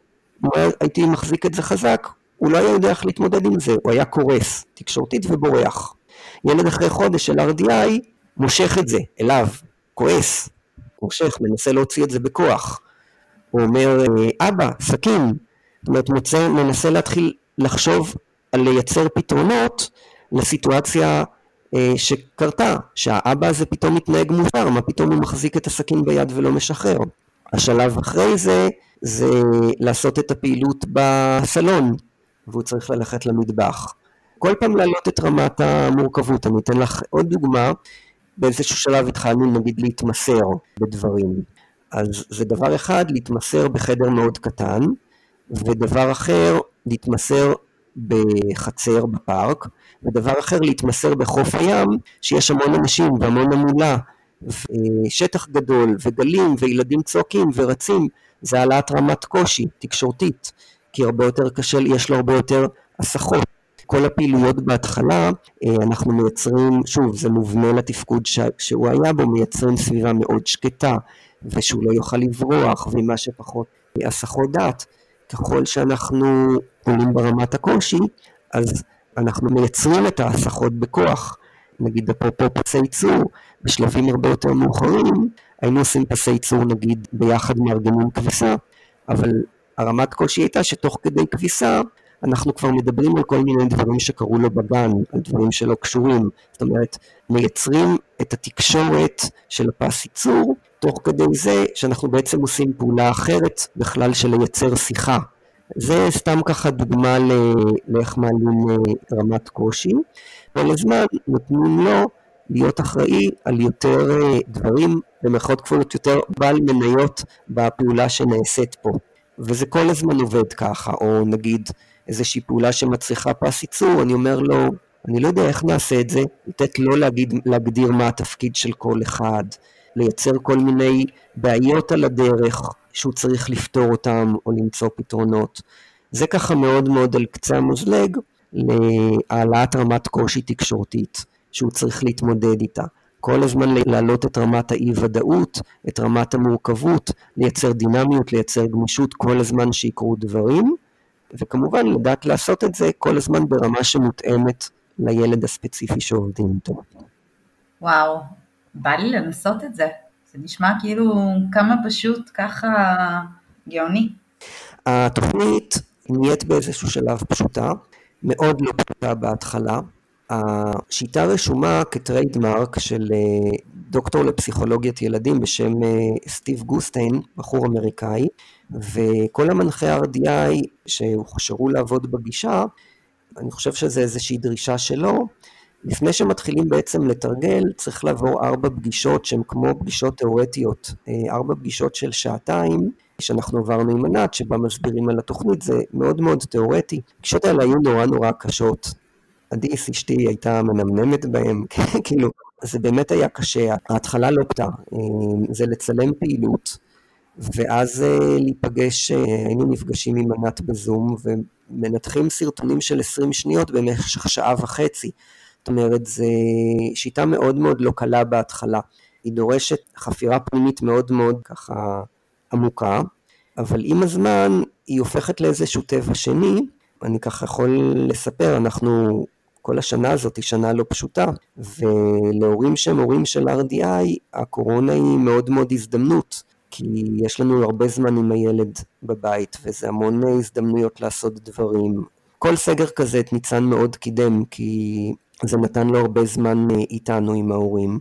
הייתי מחזיק את זה חזק, הוא לא היה יודע איך להתמודד עם זה, הוא היה קורס, תקשורתית ובורח. ילד אחרי חודש של אר די איי, מושך את זה אליו, כועס, מושך, מנסה להוציא את זה בכוח. הוא אומר, אבא, סכין, זאת אומרת, מוצא, מנסה להתחיל לחשוב על לייצר פתרונות לסיטואציה אה, שקרתה, שהאבא הזה פתאום מתנהג מוזר, מה פתאום הוא מחזיק את הסכין ביד ולא משחרר. השלב אחרי זה, זה לעשות את הפעילות בסלון, והוא צריך ללכת למטבח. כל פעם להעלות את רמת המורכבות. אני אתן לך עוד דוגמה, באיזשהו שלב התחלנו נגיד להתמסר בדברים. אז זה דבר אחד, להתמסר בחדר מאוד קטן, ודבר אחר, להתמסר בחצר בפארק, ודבר אחר, להתמסר בחוף הים, שיש המון אנשים והמון המולה, שטח גדול וגלים וילדים צועקים ורצים, זה העלאת רמת קושי תקשורתית, כי הרבה יותר קשה, יש לו הרבה יותר הסחות. כל הפעילויות בהתחלה, אנחנו מייצרים, שוב, זה מובנה לתפקוד שהוא היה בו, מייצרים סביבה מאוד שקטה, ושהוא לא יוכל לברוח, ומה שפחות הסחות דעת. ככל שאנחנו עולים ברמת הקושי, אז אנחנו מייצרים את ההסחות בכוח. נגיד אפרופו פסי ייצור, בשלבים הרבה יותר מאוחרים, היינו עושים פסי ייצור נגיד ביחד מארגנים כביסה, אבל הרמת קושי הייתה שתוך כדי כביסה, אנחנו כבר מדברים על כל מיני דברים שקרו לו בגן, על דברים שלא קשורים, זאת אומרת, מייצרים את התקשורת של הפס ייצור, תוך כדי זה שאנחנו בעצם עושים פעולה אחרת, בכלל של לייצר שיחה. זה סתם ככה דוגמה לאיך מעלים רמת קושי, כל הזמן נותנים לו להיות אחראי על יותר דברים, במרכאות כפולות יותר בעל מניות בפעולה שנעשית פה. וזה כל הזמן עובד ככה, או נגיד איזושהי פעולה שמצריכה פס ייצור, אני אומר לו, אני לא יודע איך נעשה את זה, לתת לו להגיד, להגדיר מה התפקיד של כל אחד, לייצר כל מיני בעיות על הדרך שהוא צריך לפתור אותם או למצוא פתרונות. זה ככה מאוד מאוד על קצה המזלג להעלאת רמת קושי תקשורתית שהוא צריך להתמודד איתה. כל הזמן להעלות את רמת האי-ודאות, את רמת המורכבות, לייצר דינמיות, לייצר גמישות כל הזמן שיקרו דברים, וכמובן לדעת לעשות את זה כל הזמן ברמה שמותאמת לילד הספציפי שעובדים איתו. וואו, בא לי לנסות את זה. זה נשמע כאילו כמה פשוט ככה גאוני. התוכנית נהיית באיזשהו שלב פשוטה, מאוד לא פשוטה בהתחלה. השיטה רשומה כטריידמרק של דוקטור לפסיכולוגיית ילדים בשם סטיב גוסטיין, בחור אמריקאי, וכל המנחי אר די איי שהוכשרו לעבוד בגישה, אני חושב שזה איזושהי דרישה שלו, לפני שמתחילים בעצם לתרגל, צריך לעבור ארבע פגישות שהן כמו פגישות תיאורטיות, ארבע פגישות של שעתיים, שאנחנו עברנו עם ענת, שבה מסבירים על התוכנית, זה מאוד מאוד תיאורטי. הפגישות האלה היו נורא נורא קשות. עדיס, אשתי הייתה מנמנמת בהם, כאילו, זה באמת היה קשה. ההתחלה לא פתר, זה לצלם פעילות, ואז להיפגש, היינו נפגשים עם ענת בזום, ומנתחים סרטונים של עשרים שניות במשך שעה וחצי. זאת אומרת, זו שיטה מאוד מאוד לא קלה בהתחלה. היא דורשת חפירה פנימית מאוד מאוד ככה עמוקה, אבל עם הזמן היא הופכת לאיזשהו טבע שני. אני ככה יכול לספר, אנחנו כל השנה הזאת היא שנה לא פשוטה, ולהורים שהם הורים של אר די איי, הקורונה היא מאוד מאוד הזדמנות, כי יש לנו הרבה זמן עם הילד בבית, וזה המון הזדמנויות לעשות דברים. כל סגר כזה את ניצן מאוד קידם, כי זה נתן לו הרבה זמן איתנו עם ההורים,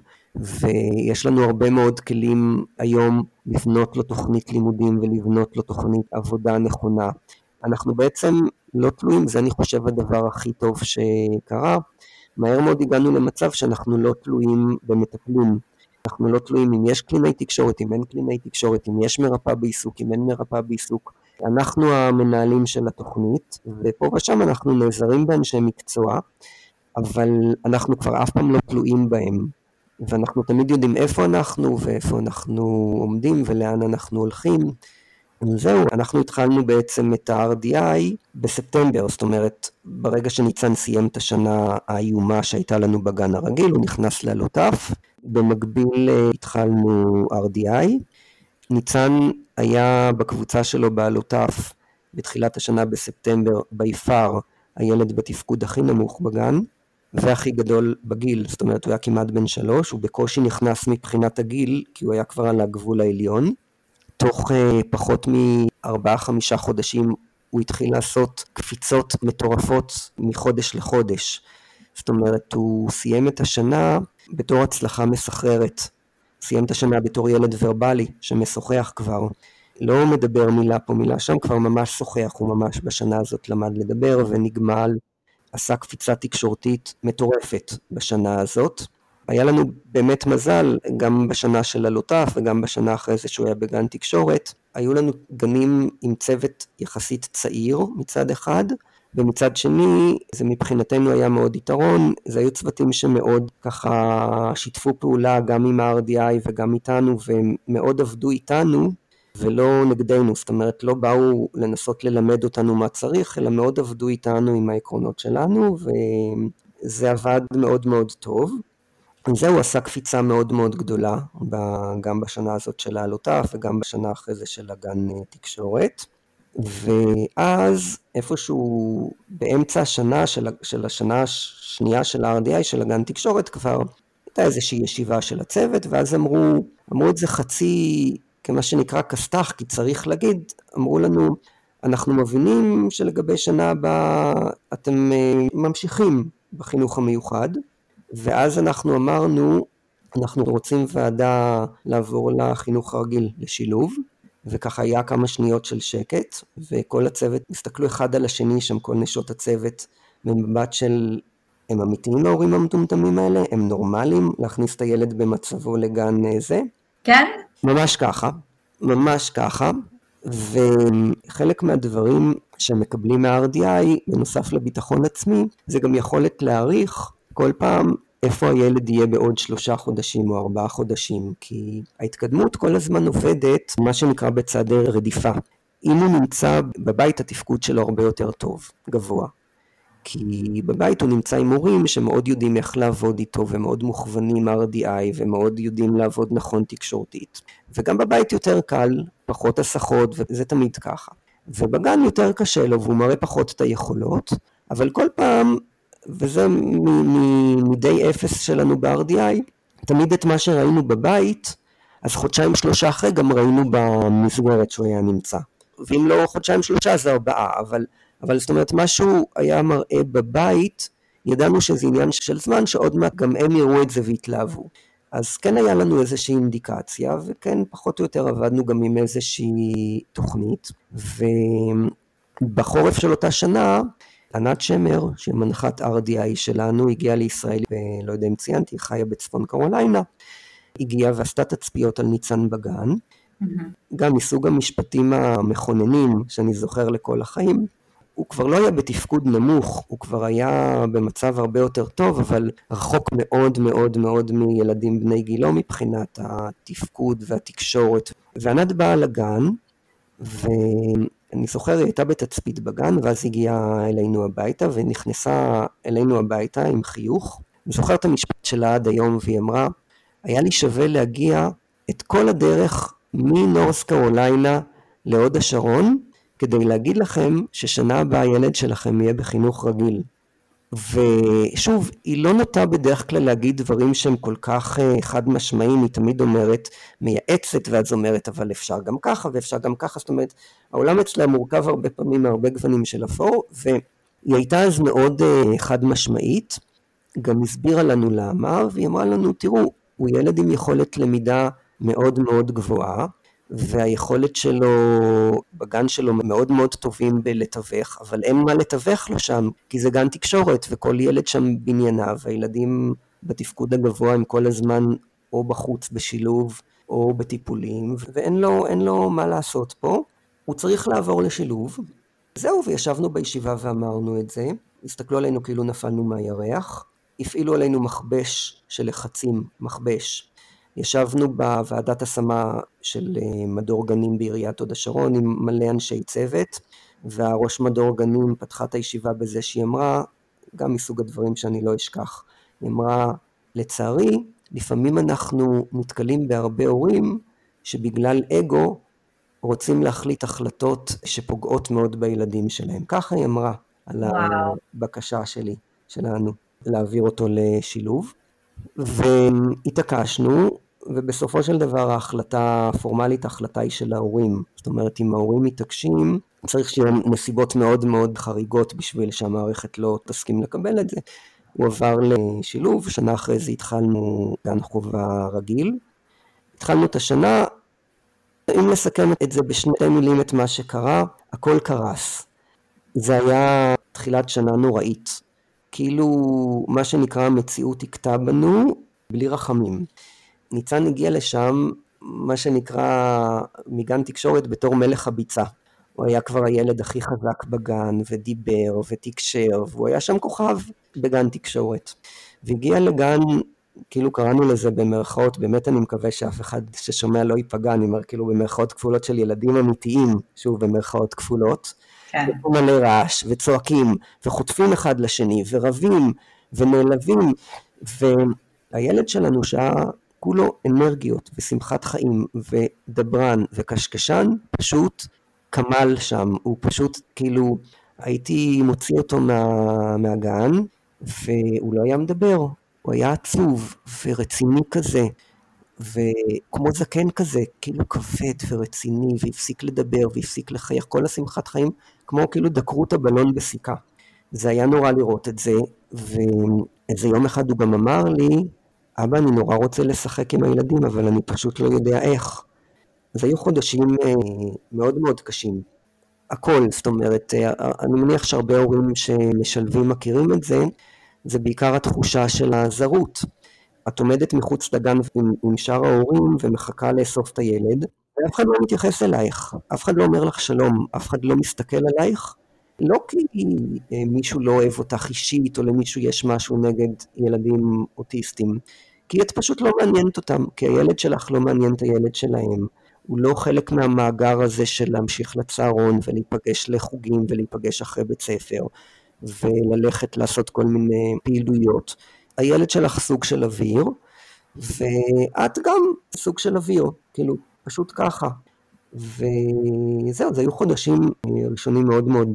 ויש לנו הרבה מאוד כלים היום לבנות לו תוכנית לימודים ולבנות לו תוכנית עבודה נכונה. אנחנו בעצם לא תלויים, זה אני חושב הדבר הכי טוב שקרה. מהר מאוד הגענו למצב שאנחנו לא תלויים במטפלים. אנחנו לא תלויים אם יש קלינאי תקשורת, אם אין קלינאי תקשורת, אם יש מרפאה בעיסוק, אם אין מרפאה בעיסוק. אנחנו המנהלים של התוכנית, ופה ושם אנחנו נעזרים באנשי מקצוע, אבל אנחנו כבר אף פעם לא תלויים בהם. ואנחנו תמיד יודעים איפה אנחנו ואיפה אנחנו עומדים ולאן אנחנו הולכים. זהו, אנחנו התחלנו בעצם את ה-אר די איי בספטמבר, זאת אומרת, ברגע שניצן סיים את השנה האיומה שהייתה לנו בגן הרגיל, הוא נכנס ללוטף, במקביל התחלנו אר די איי, ניצן היה בקבוצה שלו בלוטף בתחילת השנה בספטמבר, ביפר, הילד בתפקוד הכי נמוך בגן, והכי גדול בגיל, זאת אומרת, הוא היה כמעט בן שלוש, הוא בקושי נכנס מבחינת הגיל, כי הוא היה כבר על הגבול העליון, תוך uh, פחות מארבעה חמישה חודשים הוא התחיל לעשות קפיצות מטורפות מחודש לחודש. זאת אומרת, הוא סיים את השנה בתור הצלחה מסחררת. סיים את השנה בתור ילד ורבלי שמשוחח כבר. לא מדבר מילה פה מילה שם, כבר ממש שוחח, הוא ממש בשנה הזאת למד לדבר ונגמל. עשה קפיצה תקשורתית מטורפת בשנה הזאת. היה לנו באמת מזל, גם בשנה של הלוטף וגם בשנה אחרי זה שהוא היה בגן תקשורת, היו לנו גנים עם צוות יחסית צעיר מצד אחד, ומצד שני זה מבחינתנו היה מאוד יתרון, זה היו צוותים שמאוד ככה שיתפו פעולה גם עם ה-אר די איי וגם איתנו, והם מאוד עבדו איתנו ולא נגדנו, זאת אומרת לא באו לנסות ללמד אותנו מה צריך, אלא מאוד עבדו איתנו עם העקרונות שלנו, וזה עבד מאוד מאוד טוב. זהו, עשה קפיצה מאוד מאוד גדולה, גם בשנה הזאת של העלותיו וגם בשנה אחרי זה של הגן תקשורת. ואז איפשהו באמצע השנה של, של השנה השנייה של ה-אר די איי של הגן תקשורת כבר הייתה איזושהי ישיבה של הצוות, ואז אמרו, אמרו את זה חצי כמה שנקרא כסתח, כי צריך להגיד, אמרו לנו, אנחנו מבינים שלגבי שנה הבאה אתם ממשיכים בחינוך המיוחד, ואז אנחנו אמרנו, אנחנו רוצים ועדה לעבור לחינוך הרגיל, לשילוב, וככה היה כמה שניות של שקט, וכל הצוות הסתכלו אחד על השני, שם כל נשות הצוות, במבט של, הם אמיתיים ההורים המטומטמים האלה? הם נורמליים להכניס את הילד במצבו לגן זה? כן? ממש ככה, ממש ככה, וחלק מהדברים שמקבלים מה-אר די איי, בנוסף לביטחון עצמי, זה גם יכולת להעריך כל פעם איפה הילד יהיה בעוד שלושה חודשים או ארבעה חודשים, כי ההתקדמות כל הזמן עובדת, מה שנקרא בצעדי רדיפה. אם הוא נמצא בבית, התפקוד שלו הרבה יותר טוב, גבוה. כי בבית הוא נמצא עם הורים שמאוד יודעים איך לעבוד איתו, ומאוד מוכוונים אר די איי, ומאוד יודעים לעבוד נכון תקשורתית. וגם בבית יותר קל, פחות הסחות, וזה תמיד ככה. ובגן יותר קשה לו, והוא מראה פחות את היכולות, אבל כל פעם, וזה מדי אפס שלנו ב-אר די איי, תמיד את מה שראינו בבית, אז חודשיים שלושה אחרי גם ראינו במסגרת שהוא היה נמצא. ואם לא חודשיים שלושה זה ארבעה, אבל, אבל זאת אומרת משהו היה מראה בבית, ידענו שזה עניין של זמן, שעוד מעט גם הם יראו את זה והתלהבו. אז כן היה לנו איזושהי אינדיקציה, וכן פחות או יותר עבדנו גם עם איזושהי תוכנית, ובחורף של אותה שנה, ענת שמר, שמנחת אר די איי שלנו, הגיעה לישראל, ולא יודע אם ציינתי, חיה בצפון קרוליינה, הגיעה ועשתה תצפיות על ניצן בגן, mm-hmm. גם מסוג המשפטים המכוננים, שאני זוכר לכל החיים, הוא כבר לא היה בתפקוד נמוך, הוא כבר היה במצב הרבה יותר טוב, אבל רחוק מאוד מאוד מאוד מילדים בני גילו, מבחינת התפקוד והתקשורת. וענת באה לגן, ו... אני זוכר, היא הייתה בתצפית בגן, ואז הגיעה אלינו הביתה, ונכנסה אלינו הביתה עם חיוך. אני זוכר את המשפט שלה עד היום, והיא אמרה, היה לי שווה להגיע את כל הדרך מנורס קרוליינה להוד השרון, כדי להגיד לכם ששנה הבאה הילד שלכם יהיה בחינוך רגיל. ושוב, היא לא נוטה בדרך כלל להגיד דברים שהם כל כך חד משמעיים, היא תמיד אומרת, מייעצת, ואז אומרת, אבל אפשר גם ככה, ואפשר גם ככה, זאת אומרת, העולם אצלה מורכב הרבה פעמים מהרבה גוונים של אפור, והיא הייתה אז מאוד חד משמעית, גם הסבירה לנו למה, והיא אמרה לנו, תראו, הוא ילד עם יכולת למידה מאוד מאוד גבוהה, והיכולת שלו בגן שלו מאוד מאוד טובים בלתווך, אבל אין מה לתווך לו שם, כי זה גן תקשורת, וכל ילד שם בנייניו, והילדים בתפקוד הגבוה הם כל הזמן או בחוץ בשילוב, או בטיפולים, ואין לו, אין לו מה לעשות פה, הוא צריך לעבור לשילוב. זהו, וישבנו בישיבה ואמרנו את זה, הסתכלו עלינו כאילו נפלנו מהירח, הפעילו עלינו מכבש של לחצים, מכבש, ישבנו בוועדת השמה של מדור גנים בעיריית הוד השרון עם מלא אנשי צוות, והראש מדור גנים פתחה את הישיבה בזה שהיא אמרה, גם מסוג הדברים שאני לא אשכח, היא אמרה, לצערי, לפעמים אנחנו נתקלים בהרבה הורים שבגלל אגו רוצים להחליט החלטות שפוגעות מאוד בילדים שלהם. ככה היא אמרה על וואו. הבקשה שלי, שלנו, להעביר אותו לשילוב. והתעקשנו, ובסופו של דבר ההחלטה הפורמלית, ההחלטה היא של ההורים. זאת אומרת, אם ההורים מתעקשים, צריך שיהיו נסיבות מאוד מאוד חריגות בשביל שהמערכת לא תסכים לקבל את זה. הוא עבר לשילוב, שנה אחרי זה התחלנו גן חובה רגיל. התחלנו את השנה, אם נסכם את זה בשני מילים את מה שקרה, הכל קרס. זה היה תחילת שנה נוראית. כאילו מה שנקרא המציאות הכתה בנו בלי רחמים. ניצן הגיע לשם מה שנקרא מגן תקשורת בתור מלך הביצה. הוא היה כבר הילד הכי חזק בגן ודיבר ותקשר, והוא היה שם כוכב בגן תקשורת. והגיע לגן, כאילו קראנו לזה במרכאות, באמת אני מקווה שאף אחד ששומע לא ייפגע, אני אומר כאילו במרכאות כפולות של ילדים אמיתיים, שוב במרכאות כפולות, כן. מלא רעש וצועקים וחוטפים אחד לשני ורבים ונעלבים, והילד שלנו שהיה כולו אנרגיות ושמחת חיים ודברן וקשקשן, פשוט כמל שם, הוא פשוט כאילו הייתי מוציא אותו מה, מהגן והוא לא היה מדבר, הוא היה עצוב ורציני כזה, וכמו זקן כזה, כאילו כבד ורציני, והפסיק לדבר, והפסיק לחייך, כל השמחת חיים, כמו כאילו דקרו את הבלון בסיכה. זה היה נורא לראות את זה, ואיזה יום אחד הוא גם אמר לי, אבא, אני נורא רוצה לשחק עם הילדים, אבל אני פשוט לא יודע איך. אז היו חודשים מאוד מאוד קשים. הכל, זאת אומרת, אני מניח שהרבה הורים שמשלבים מכירים את זה, זה בעיקר התחושה של הזרות. את עומדת מחוץ לגן עם, עם שאר ההורים ומחכה לאסוף את הילד, ואף אחד לא מתייחס אלייך, אף אחד לא אומר לך שלום, אף אחד לא מסתכל עלייך, לא כי מישהו לא אוהב אותך אישית, או למישהו יש משהו נגד ילדים אוטיסטים, כי את פשוט לא מעניינת אותם, כי הילד שלך לא מעניין את הילד שלהם, הוא לא חלק מהמאגר הזה של להמשיך לצהרון ולהיפגש לחוגים ולהיפגש אחרי בית ספר וללכת לעשות כל מיני פעילויות. הילד שלך סוג של אוויר ואת גם סוג של אוויר, כאילו פשוט ככה. וזהו, זה היו חודשים ראשונים מאוד מאוד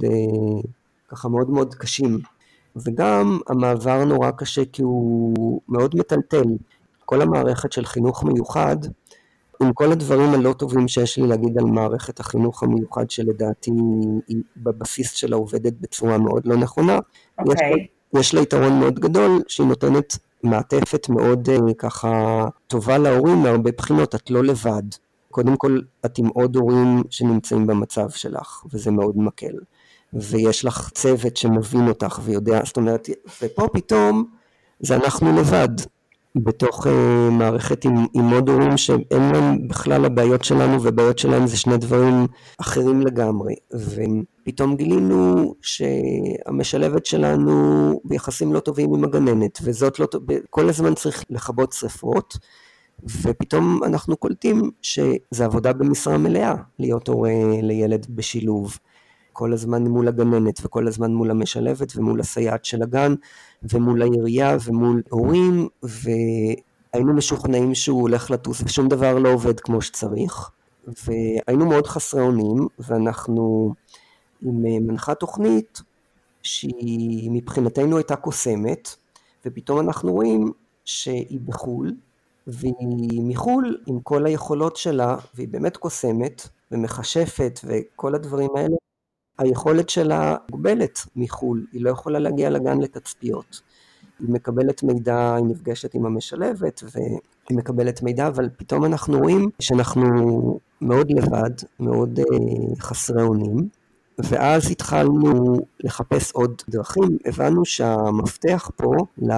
ככה מאוד מאוד קשים, וגם המעבר נורא קשה כי הוא מאוד מטלטל. כל המערכת של חינוך מיוחד, עם כל הדברים הלא טובים שיש לי להגיד על מערכת החינוך המיוחד שלדעתי היא בבסיס שלה עובדת בצורה מאוד לא נכונה, okay. יש, לה, יש לה יתרון מאוד גדול שהיא נותנת מעטפת מאוד ככה טובה להורים מהרבה בחינות, את לא לבד. קודם כל את עם עוד הורים שנמצאים במצב שלך וזה מאוד מקל, ויש לך צוות שמבין אותך ויודע, זאת אומרת, ופה פתאום זה אנחנו לבד. בתוך uh, מערכת עם, עם עוד הורים שאין להם בכלל הבעיות שלנו, ובעיות שלהם זה שני דברים אחרים לגמרי, ופתאום גילינו שהמשלבת שלנו ביחסים לא טובים עם הגננת, וזאת לא טוב, כל הזמן צריך לכבות שריפות, ופתאום אנחנו קולטים שזה עבודה במשרה מלאה, להיות הורה לילד בשילוב, כל הזמן מול הגננת וכל הזמן מול המשלבת ומול הסייעת של הגן ומול העירייה ומול הורים, והיינו משוכנעים שהוא הולך לטוס ושום דבר לא עובד כמו שצריך, והיינו מאוד חסרי אונים, ואנחנו עם מנחת תוכנית שהיא מבחינתנו הייתה קוסמת, ופתאום אנחנו רואים שהיא בחול, והיא מחול עם כל היכולות שלה, והיא באמת קוסמת ומחשפת וכל הדברים האלה, היכולת שלה מוגבלת מחול, היא לא יכולה להגיע לגן לתצפיות. היא מקבלת מידע, היא נפגשת עם המשלבת והיא מקבלת מידע, אבל פתאום אנחנו רואים שאנחנו מאוד לבד, מאוד אה, חסרי אונים, ואז התחלנו לחפש עוד דרכים, הבנו שהמפתח פה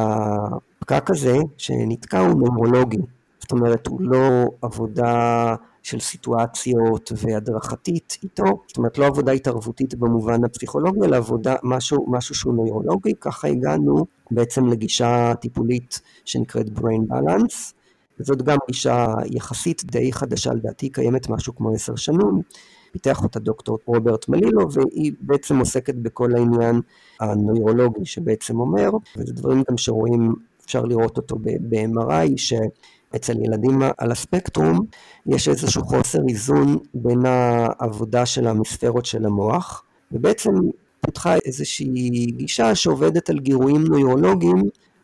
לפקק הזה שנתקע הוא נוירולוגי, זאת אומרת הוא לא עבודה של סיטואציות והדרכתית איתו, זאת אומרת לא עבודה התערבותית במובן הפסיכולוגי, אלא עבודה, משהו, משהו שהוא נוירולוגי, ככה הגענו בעצם לגישה טיפולית שנקראת brain balance, וזאת גם גישה יחסית די חדשה לדעתי, קיימת משהו כמו עשר שנים, פיתח אותה דוקטור רוברט מלילו, והיא בעצם עוסקת בכל העניין הנוירולוגי שבעצם אומר, וזה דברים גם שרואים, אפשר לראות אותו ב-אם אר איי, ש... אצל ילדים על הספקטרום יש איזשהו חוסר איזון בין העבודה של המספרות של המוח, ובעצם פותחה איזושהי גישה שעובדת על גירויים נוירולוגיים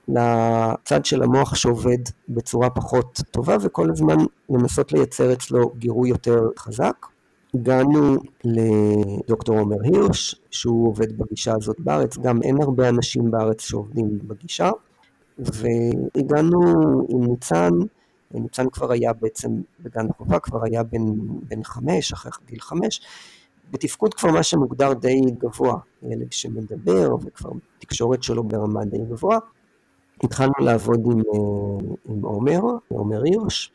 לצד של המוח שעובד בצורה פחות טובה, וכל הזמן לנסות לייצר אצלו גירוי יותר חזק. הגענו לדוקטור עומר הירש, שהוא עובד בגישה הזאת בארץ, גם אין הרבה אנשים בארץ שעובדים בגישה, והגענו עם ניצן, ניצן כבר היה בעצם בגן החובה, כבר היה בן, בן חמש, אחרי גיל חמש, בתפקוד כבר מה שמוגדר די גבוה, ילד שמדבר וכבר תקשורת שלו ברמה די גבוה. התחלנו לעבוד עם, עם עומר, עומר הירש,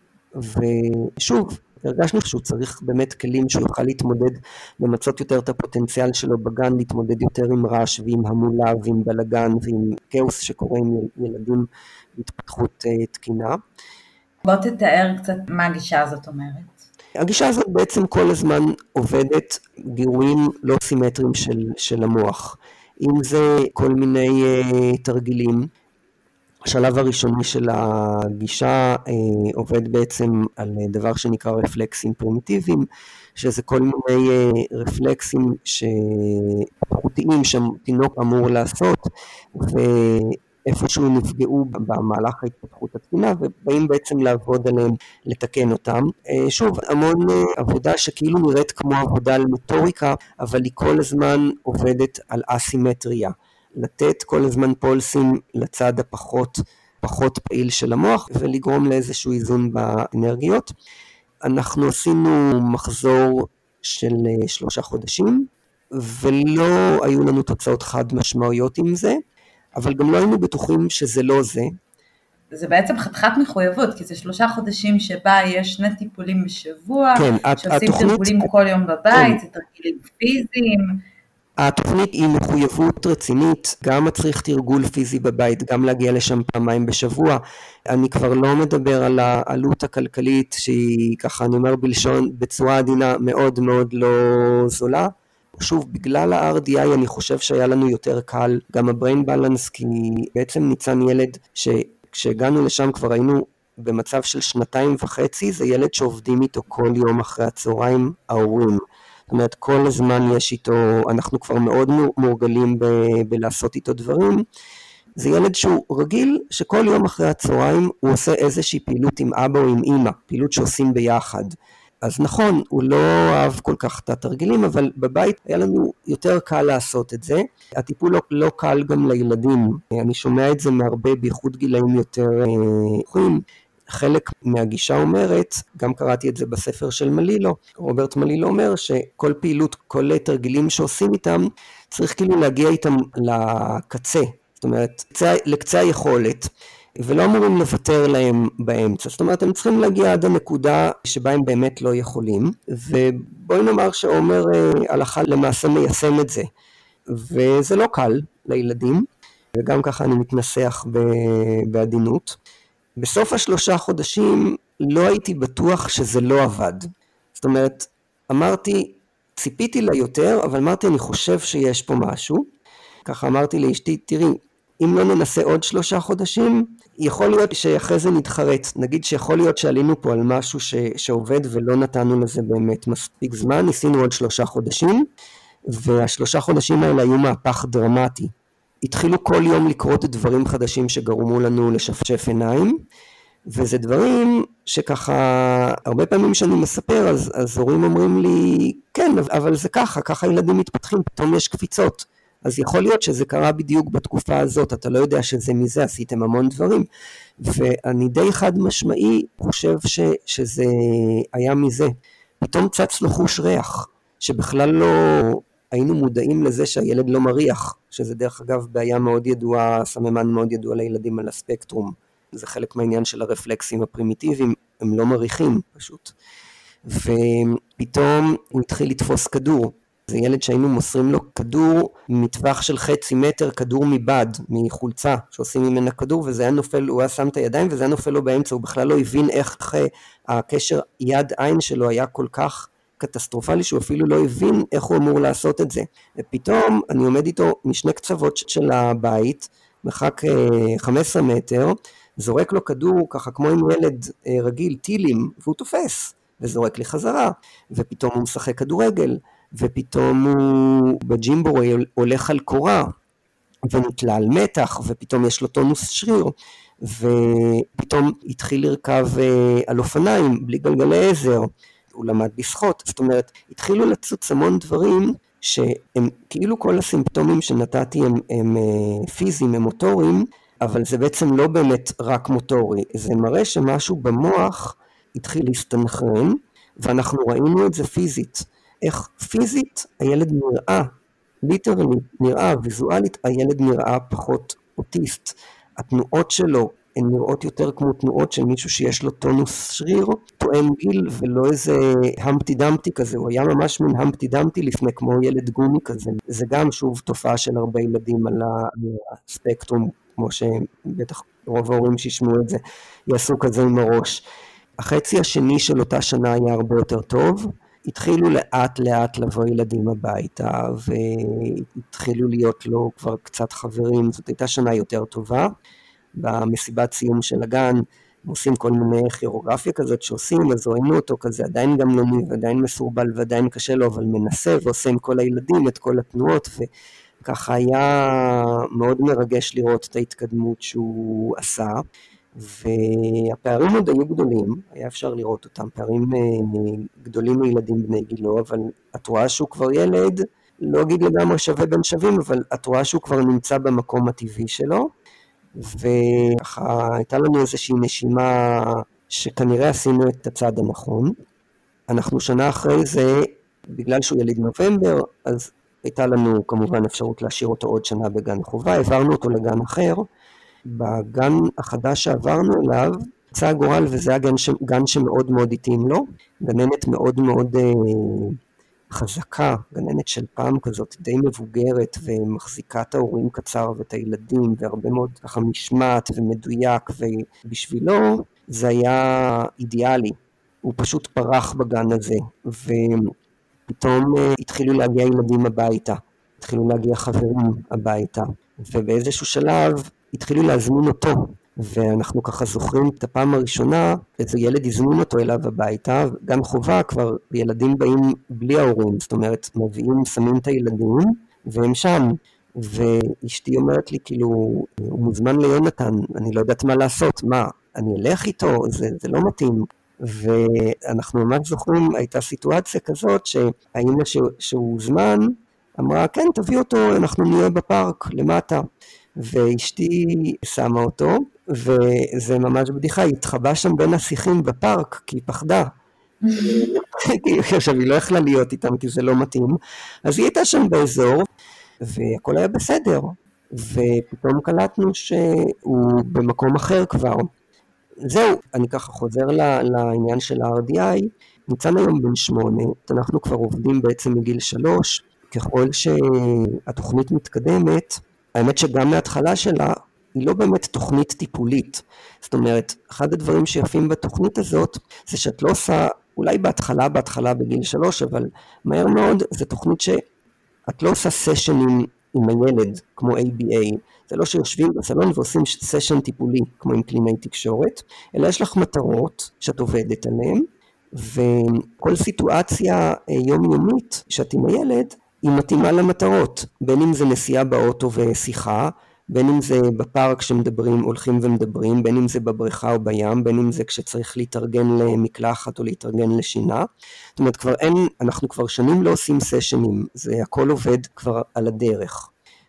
ושוב, הרגשנו שהוא צריך באמת כלים שהוא יוכל להתמודד, למצות יותר את הפוטנציאל שלו בגן, להתמודד יותר עם רעש ועם המולה ועם בלגן ועם כאוס שקורה עם ילדים בהתפתחות uh, תקינה. בוא תתאר קצת מה הגישה הזאת אומרת. הגישה הזאת בעצם כל הזמן עובדת גירויים לא סימטריים של, של המוח. אם זה כל מיני uh, תרגילים, השלב הראשוני של הגישה אה, עובד בעצם על דבר שנקרא רפלקסים פרימיטיביים, שזה כל מיני אה, רפלקסים שפחותיים שתינוק אמור לעשות, ואיפשהו נפגעו במהלך ההתפתחות תקינה, ובאים בעצם לעבוד עליהם, לתקן אותם. שוב, המון עבודה שכאילו נראית כמו עבודה על מוטוריקה, אבל היא כל הזמן עובדת על אסימטריה. לתת כל הזמן פולסים לצד הפחות פחות פעיל של המוח, ולגרום לאיזשהו איזון באנרגיות. אנחנו עשינו מחזור של שלושה חודשים, ולא היו לנו תוצאות חד משמעויות עם זה, אבל גם לא היינו בטוחים שזה לא זה. זה בעצם חתיכת מחויבות, כי זה שלושה חודשים שבה יש שני טיפולים בשבוע, כן, שעושים התוכנית, טיפולים כל יום בבית, זה תרגילים פיזיים. התוכנית היא מחויבות רצינית, גם מצריך תרגול פיזי בבית, גם להגיע לשם פעמיים בשבוע. אני כבר לא מדבר על העלות הכלכלית, שהיא ככה, אני אומר בלשון, בצורה עדינה מאוד מאוד לא זולה. שוב, בגלל ה-אר די איי אני חושב שהיה לנו יותר קל, גם ה-brain balance, כי בעצם ניצן ילד שכשהגענו לשם כבר היינו במצב של שנתיים וחצי, זה ילד שעובדים איתו כל יום אחרי הצהריים ההורים. זאת אומרת, כל הזמן יש איתו, אנחנו כבר מאוד מורגלים ב- בלעשות איתו דברים. זה ילד שהוא רגיל שכל יום אחרי הצהריים הוא עושה איזושהי פעילות עם אבא או עם אמא, פעילות שעושים ביחד. אז נכון, הוא לא אהב כל כך את התרגילים, אבל בבית היה לנו יותר קל לעשות את זה. הטיפול לא, לא קל גם לילדים. אני שומע את זה מהרבה, בייחוד גילאים יותר נוחים. חלק מהגישה אומרת, גם קראתי את זה בספר של מלילו, רוברט מלילו אומר שכל פעילות, כל תרגילים שעושים איתם, צריך כאילו להגיע איתם לקצה, זאת אומרת, לקצה היכולת, ולא אמורים לוותר להם באמצע, זאת אומרת, הם צריכים להגיע עד הנקודה שבה הם באמת לא יכולים, ובואי נאמר שעומר הלכה למעשה מיישם את זה, וזה לא קל לילדים, וגם ככה אני מתנסח בעדינות. בסוף השלושה חודשים לא הייתי בטוח שזה לא עבד. זאת אומרת, אמרתי, ציפיתי לה יותר, אבל אמרתי, אני חושב שיש פה משהו. ככה אמרתי לאשתי, תראי, אם לא ננסה עוד שלושה חודשים, יכול להיות שאחרי זה נתחרט. נגיד שיכול להיות שעלינו פה על משהו ש, שעובד ולא נתנו לזה באמת מספיק זמן, ניסינו עוד שלושה חודשים, והשלושה חודשים האלה היו מהפך דרמטי. התחילו כל יום לקרות דברים חדשים שגרמו לנו לשפשף עיניים, וזה דברים שככה, הרבה פעמים שאני מספר, אז, אז הורים אומרים לי, כן, אבל זה ככה, ככה ילדים מתפתחים, פתאום יש קפיצות. אז יכול להיות שזה קרה בדיוק בתקופה הזאת, אתה לא יודע שזה מזה, עשיתם המון דברים, ואני די חד משמעי חושב ש, שזה היה מזה. פתאום צץ לו חוש ריח, שבכלל לא היינו מודעים לזה שהילד לא מריח, שזה דרך אגב בעיה מאוד ידועה, סממן מאוד ידוע לילדים על הספקטרום. זה חלק מהעניין של הרפלקסים הפרימיטיביים, הם לא מריחים פשוט. ופתאום הוא התחיל לתפוס כדור. זה ילד שהיינו מוסרים לו כדור מטווח של חצי מטר, כדור מבד, מחולצה שעושים ממנה כדור, וזה היה נופל, הוא היה שם את הידיים וזה היה נופל לו באמצע, הוא בכלל לא הבין איך הקשר יד עין שלו היה כל כך קטסטרופלי, שהוא אפילו לא הבין איך הוא אמור לעשות את זה. ופתאום אני עומד איתו משני קצוות של הבית, מרחק חמישה עשר מטר, זורק לו כדור ככה כמו עם ילד רגיל, טילים, והוא תופס, וזורק לי חזרה, ופתאום הוא משחק כדורגל, ופתאום הוא בג'ימבורי הולך על קורה, ונתלה על מתח, ופתאום יש לו טונוס שריר, ופתאום התחיל לרכב על אופניים, בלי גלגלי עזר, הוא למד לשחות, זאת אומרת, התחילו לצוץ המון דברים, שהם כאילו כל הסימפטומים שנתתי הם, הם פיזיים, הם מוטוריים, אבל זה בעצם לא באמת רק מוטורי, זה מראה שמשהו במוח התחיל להסתנכרן, ואנחנו ראינו את זה פיזית, איך פיזית הילד נראה, ליטרלי נראה, ויזואלית הילד נראה פחות אוטיסט, התנועות שלו הן נראות יותר כמו תנועות של מישהו שיש לו טונוס שריר, תואם גיל ולא איזה המפטי דמפטי כזה, הוא היה ממש מין המפטי דמפטי לפני כמו ילד גומי כזה, זה גם שוב תופעה של הרבה ילדים על הספקטרום, כמו שבטח רוב ההורים שישמעו את זה, יעשו כזה עם הראש. החצי השני של אותה שנה היה הרבה יותר טוב, התחילו לאט לאט לבוא ילדים הביתה, והתחילו להיות לו כבר קצת חברים, זאת הייתה שנה יותר טובה, במסיבת סיום של הגן, עושים כל מיני כירוגרפיה כזאת שעושים, אז ראינו אותו כזה, עדיין גם לא מי, ועדיין מסורבל, ועדיין קשה לו, אבל מנסה, ועושה עם כל הילדים את כל התנועות, וככה היה מאוד מרגש לראות את ההתקדמות שהוא עשה, והפערים עוד היו גדולים, היה אפשר לראות אותם, פערים גדולים מילדים בני גילו, אבל את רואה שהוא כבר ילד, לא אגיד לגמרי שווה בין שווים, אבל את רואה שהוא כבר נמצא במקום הטבעי שלו, וככה הייתה לנו איזושהי נשימה שכנראה עשינו את הצעד הנכון. אנחנו שנה אחרי זה, בגלל שהוא יליד נובמבר, אז הייתה לנו כמובן אפשרות להשאיר אותו עוד שנה בגן חובה, העברנו אותו לגן אחר. בגן החדש שעברנו אליו, יצא הגורל, וזה היה גן, ש... גן שמאוד מאוד התאים לו, גננת מאוד מאוד אה, חזקה, גננת של פעם כזאת, די מבוגרת, ומחזיקה את ההורים קצר ואת הילדים, והרבה מאוד ככה משמעת ומדויק, ובשבילו זה היה אידיאלי, הוא פשוט פרח בגן הזה, ופתאום אה, התחילו להגיע ילדים הביתה, התחילו להגיע חברים הביתה, ובאיזשהו שלב התחילו להזמין אותו, ואנחנו ככה זוכרים את הפעם הראשונה, איזה ילד הזמין אותו אליו הביתה, גם חובה כבר ילדים באים בלי ההורים, זאת אומרת מביאים, שמים את הילדים, והם שם, ואשתי אומרת לי כאילו, הוא מוזמן ליונתן, אני לא יודעת מה לעשות, מה, אני אלך איתו, זה, זה לא מתאים, ואנחנו ממש זוכרים, הייתה סיטואציה כזאת, שהאמא שהוא זמן, אמרה כן תביא אותו, אנחנו נהיה בפארק למטה, ואשתי שמה אותו, וזה ממש בדיחה, היא התחבא שם בין השיחים בפארק, כי היא פחדה. עכשיו היא לא יכלה להיות איתם, כי זה לא מתאים, אז היא הייתה שם באזור, והכל היה בסדר, ופתאום קלטנו שהוא במקום אחר כבר. זהו, אני ככה חוזר לעניין של ה-אר די איי, ניצן היום בן שמונה, אנחנו כבר עובדים בעצם מגיל שלוש, ככל שהתוכנית מתקדמת, האמת שגם מההתחלה שלה, היא לא באמת תוכנית טיפולית. זאת אומרת, אחד הדברים שיפים בתוכנית הזאת, זה שאת לא עושה, אולי בהתחלה, בהתחלה בגיל שלוש, אבל מהר מאוד, זה תוכנית שאת לא עושה סשנים עם הילד, כמו איי בי איי. זה לא שיושבים בסלון ועושים סשן טיפולי, כמו עם קלינאי תקשורת, אלא יש לך מטרות שאת עובדת עליהן, וכל סיטואציה יומיומית שאת עם הילד, היא מתאימה למטרות, בין אם זה נסיעה באוטו ושיחה, בין אם זה בפארק שמדברים, הולכים ומדברים, בין אם זה בבריכה או בים, בין אם זה כשצריך להתארגן למקלחת או להתארגן לשינה. זאת אומרת, כבר אין, אנחנו כבר שנים לא עושים סשנים, זה הכל עובד כבר על הדרך.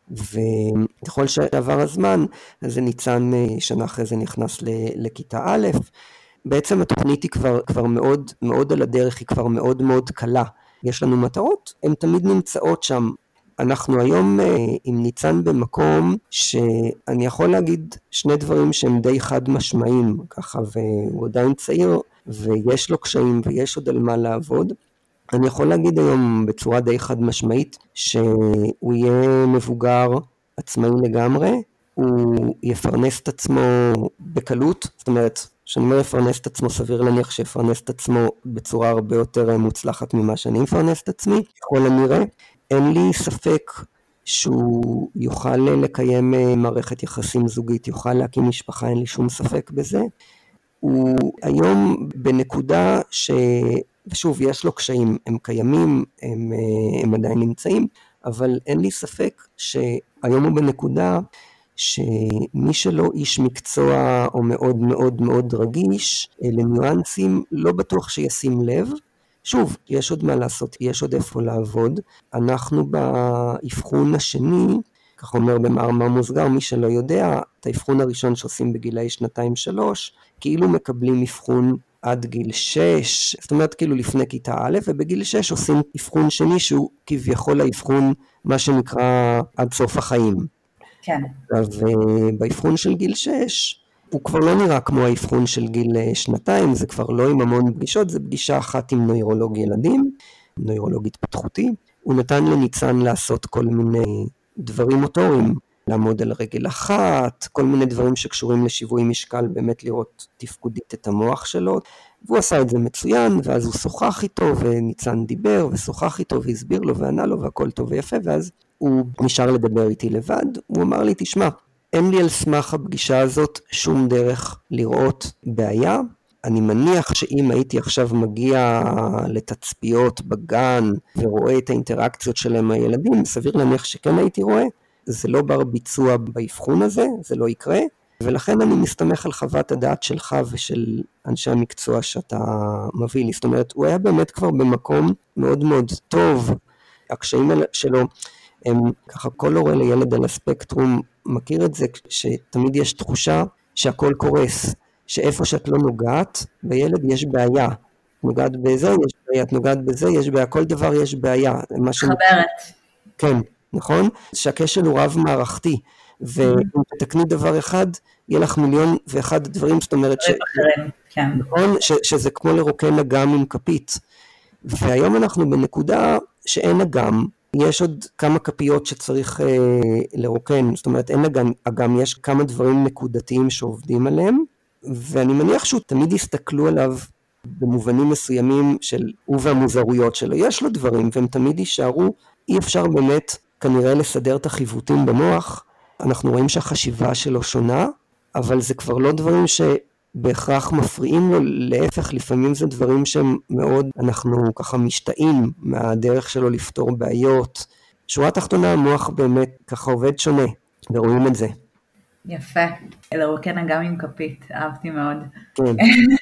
וככל שעבר הזמן, אז זה ניצן שנה אחרי זה נכנס לכיתה א', בעצם התוכנית היא כבר, כבר מאוד, מאוד על הדרך, היא כבר מאוד מאוד קלה. יש לנו מטרות, הן תמיד נמצאות שם. אנחנו היום עם ניצן במקום שאני יכול להגיד שני דברים שהם די חד משמעיים, ככה, והוא עדיין צעיר, ויש לו קשיים ויש עוד על מה לעבוד. אני יכול להגיד היום בצורה די חד משמעית, שהוא יהיה מבוגר עצמאי לגמרי, הוא יפרנס את עצמו בקלות, זאת אומרת, שאני אומר יפרנס את עצמו, סביר להניח שיפרנס את עצמו בצורה הרבה יותר מוצלחת ממה שאני מפרנס את עצמי, ככל הנראה. אין לי ספק שהוא יוכל לקיים מערכת יחסים זוגית, יוכל להקים משפחה, אין לי שום ספק בזה. הוא היום בנקודה ש... ושוב, יש לו קשיים, הם קיימים, הם, הם עדיין נמצאים, אבל אין לי ספק שהיום הוא בנקודה שמי שלא איש מקצוע או מאוד מאוד מאוד רגיש לניואנסים, לא בטוח שישים לב. שוב, יש עוד מה לעשות, יש עוד איפה לעבוד. אנחנו באבחון השני, כך אומר במאמר מוסגר, מי שלא יודע, את האבחון הראשון שעושים בגילי שנתיים שלוש, כאילו מקבלים אבחון עד גיל שש, זאת אומרת כאילו לפני כיתה א', ובגיל שש עושים אבחון שני שהוא כביכול האבחון מה שנקרא עד סוף החיים. כן. ובאבחון של גיל שש, הוא כבר לא נראה כמו האבחון של גיל שנתיים, זה כבר לא עם המון פגישות, זה פגישה אחת עם נוירולוג ילדים, נוירולוג התפתחותי. הוא נתן לניצן לעשות כל מיני דברים מוטוריים, לעמוד על רגל אחת, כל מיני דברים שקשורים לשיווי משקל, באמת לראות תפקודית את המוח שלו, והוא עשה את זה מצוין, ואז הוא שוחח איתו, וניצן דיבר, ושוחח איתו, והסביר לו, וענה לו, והכל טוב ויפה, ואז הוא נשאר לדבר איתי לבד, הוא אמר לי, תשמע, אין לי על סמך הפגישה הזאת שום דרך לראות בעיה, אני מניח שאם הייתי עכשיו מגיע לתצפיות בגן, ורואה את האינטראקציות שלהם הילדים, סביר להניח שכן הייתי רואה, זה לא בר ביצוע באבחון הזה, זה לא יקרה, ולכן אני מסתמך על חוות הדעת שלך ושל אנשי המקצוע שאתה מביא לי. זאת אומרת, הוא היה באמת כבר במקום מאוד מאוד טוב. הקשיים שלו הם ככה, כל הורה לילד על הספקטרום מכיר את זה, שתמיד יש תחושה שהכל קורס, שאיפה שאת לא נוגעת בילד יש בעיה. נוגעת בזה, יש בעיה, את נוגעת בזה, יש בעיה, כל דבר יש בעיה. חברת. כן, נכון? שהקשר הוא רב מערכתי, ואם תתקני דבר אחד, יהיה לך מיליון ואחד דברים, זאת אומרת, ש... כן. נכון? ש... שזה כמו לרוקן אגם עם כפית. והיום אנחנו בנקודה שאין אגם, יש עוד כמה כפיות שצריך אה, לרוקן, זאת אומרת, אין אגם, אגם, יש כמה דברים נקודתיים שעובדים עליהם, ואני מניח שהוא תמיד יסתכלו עליו במובנים מסוימים של הוא והמוזרויות שלו, יש לו דברים והם תמיד יישארו, אי אפשר באמת כנראה לסדר את החיווטים במוח, אנחנו רואים שהחשיבה שלו שונה, אבל זה כבר לא דברים שבהכרח מפריעים לו, להפך לפעמים זה דברים שהם מאוד, אנחנו ככה משתאים מהדרך שלו לפתור בעיות, שורה תחתונה המוח באמת ככה עובד שונה, ורואים את זה. יפה, לרוקן אגם עם כפית, אהבתי מאוד. כן,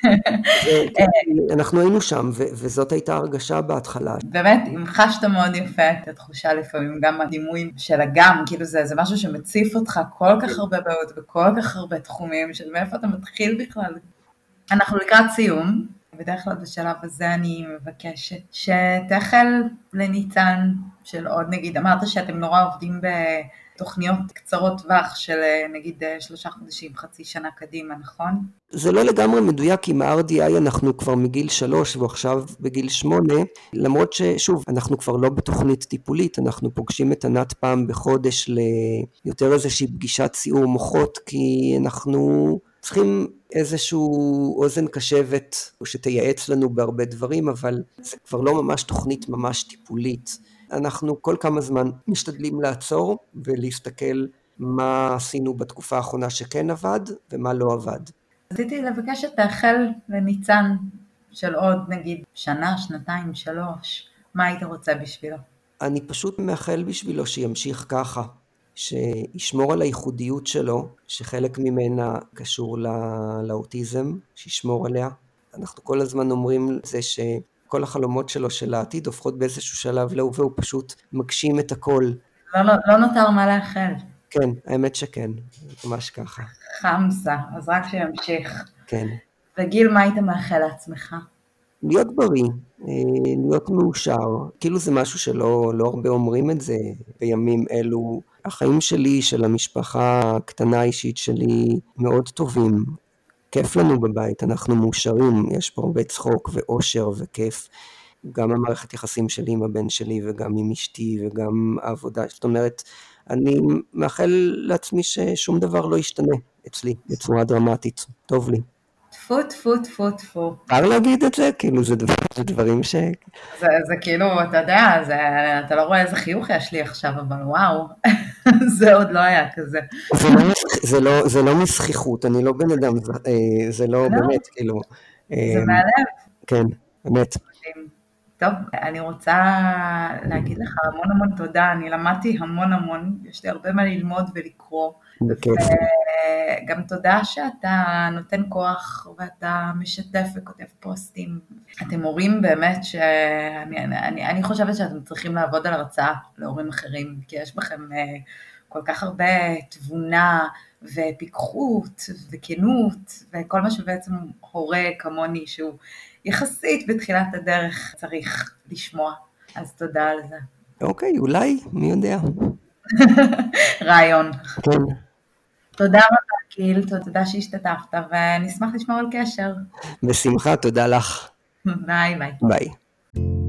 אנחנו היינו שם, וזאת הייתה הרגשה בהתחלה. באמת, המחשת מאוד יפה את התחושה לפעמים, גם הדימוי של אגם, כאילו זה, זה משהו שמציף אותך כל כך הרבה בעיות, וכל כך הרבה תחומים, של מאיפה אתה מתחיל בכלל. אנחנו לקראת סיום, בדרך כלל בשלב הזה אני מבקשת, שתחל לניצן של עוד, נגיד, אמרת שאתם נורא עובדים ב... תוכניות קצרות טווח של נגיד שלושה חודשים, חצי שנה קדימה, נכון? זה לא לגמרי מדויק, כי מה-אר די איי אנחנו כבר מגיל שלוש ועכשיו בגיל שמונה, למרות ששוב, אנחנו כבר לא בתוכנית טיפולית, אנחנו פוגשים את ענת פעם בחודש ליותר איזושהי פגישת סיעור מוחות, כי אנחנו צריכים איזשהו אוזן קשבת, שתייעץ לנו בהרבה דברים, אבל זה כבר לא ממש תוכנית ממש טיפולית. אנחנו כל כמה זמן משתדלים לעצור ולהסתכל מה עשינו בתקופה האחרונה שכן עבד ומה לא עבד. רציתי לבקש את החל לניצן של עוד נגיד שנה, שנתיים, שלוש, מה היית רוצה בשבילו? אני פשוט מאחל בשבילו שימשיך ככה, שישמור על הייחודיות שלו, שחלק ממנה קשור לא, לאוטיזם, שישמור עליה. אנחנו כל הזמן אומרים זה ש... כל החלומות שלו של העתיד הופכות באיזשהו שלב להווה, והוא פשוט מגשים את הכל. לא, לא, לא נותר מה לאחל. כן, האמת שכן, ממש ככה. חמסה, אז רק שימשיך. כן. וגיל, מה היית מאחל לעצמך? להיות בריא, להיות מאושר, כאילו זה משהו שלא לא הרבה אומרים את זה בימים אלו. החיים שלי, של המשפחה הקטנה האישית שלי, מאוד טובים. כיף לנו בבית, אנחנו מאושרים, יש פה הרבה צחוק ואושר וכיף, גם המערכת יחסים שלי עם הבן שלי וגם עם אשתי וגם העבודה, זאת אומרת, אני מאחל לעצמי ששום דבר לא ישתנה אצלי בצורה דרמטית, טוב לי. טפו, טפו, טפו, טפו. אפשר להגיד את זה? כאילו זה, דבר, זה דברים ש... זה, זה כאילו, אתה יודע, זה, אתה לא רואה איזה חיוך יש לי עכשיו, אבל וואו, זה עוד לא היה כזה. זה לא, זה לא, זה לא מסכיחות, אני לא בן אדם, זה, זה לא, לא באמת, כאילו... זה מהלב. כן, באמת. טוב, אני רוצה להגיד לך המון המון תודה, אני למדתי המון המון, יש לי הרבה מה ללמוד ולקרוא, וגם תודה שאתה נותן כוח ואתה משתף וכותב פוסטים. אתם הורים באמת שאני אני, אני חושבת שאתם צריכים לעבוד על הרצאה להורים אחרים, כי יש בכם כל כך הרבה תבונה ופיקחות וכנות, וכל מה שבעצם הורה כמוני שהוא יחסית בתחילת הדרך צריך לשמוע, אז תודה על זה. אוקיי, אולי, מי יודע. רעיון. כן. תודה רבה, גיל, תודה שהשתתפת, ונשמח לשמור על קשר. בשמחה, תודה לך. ביי ביי. ביי.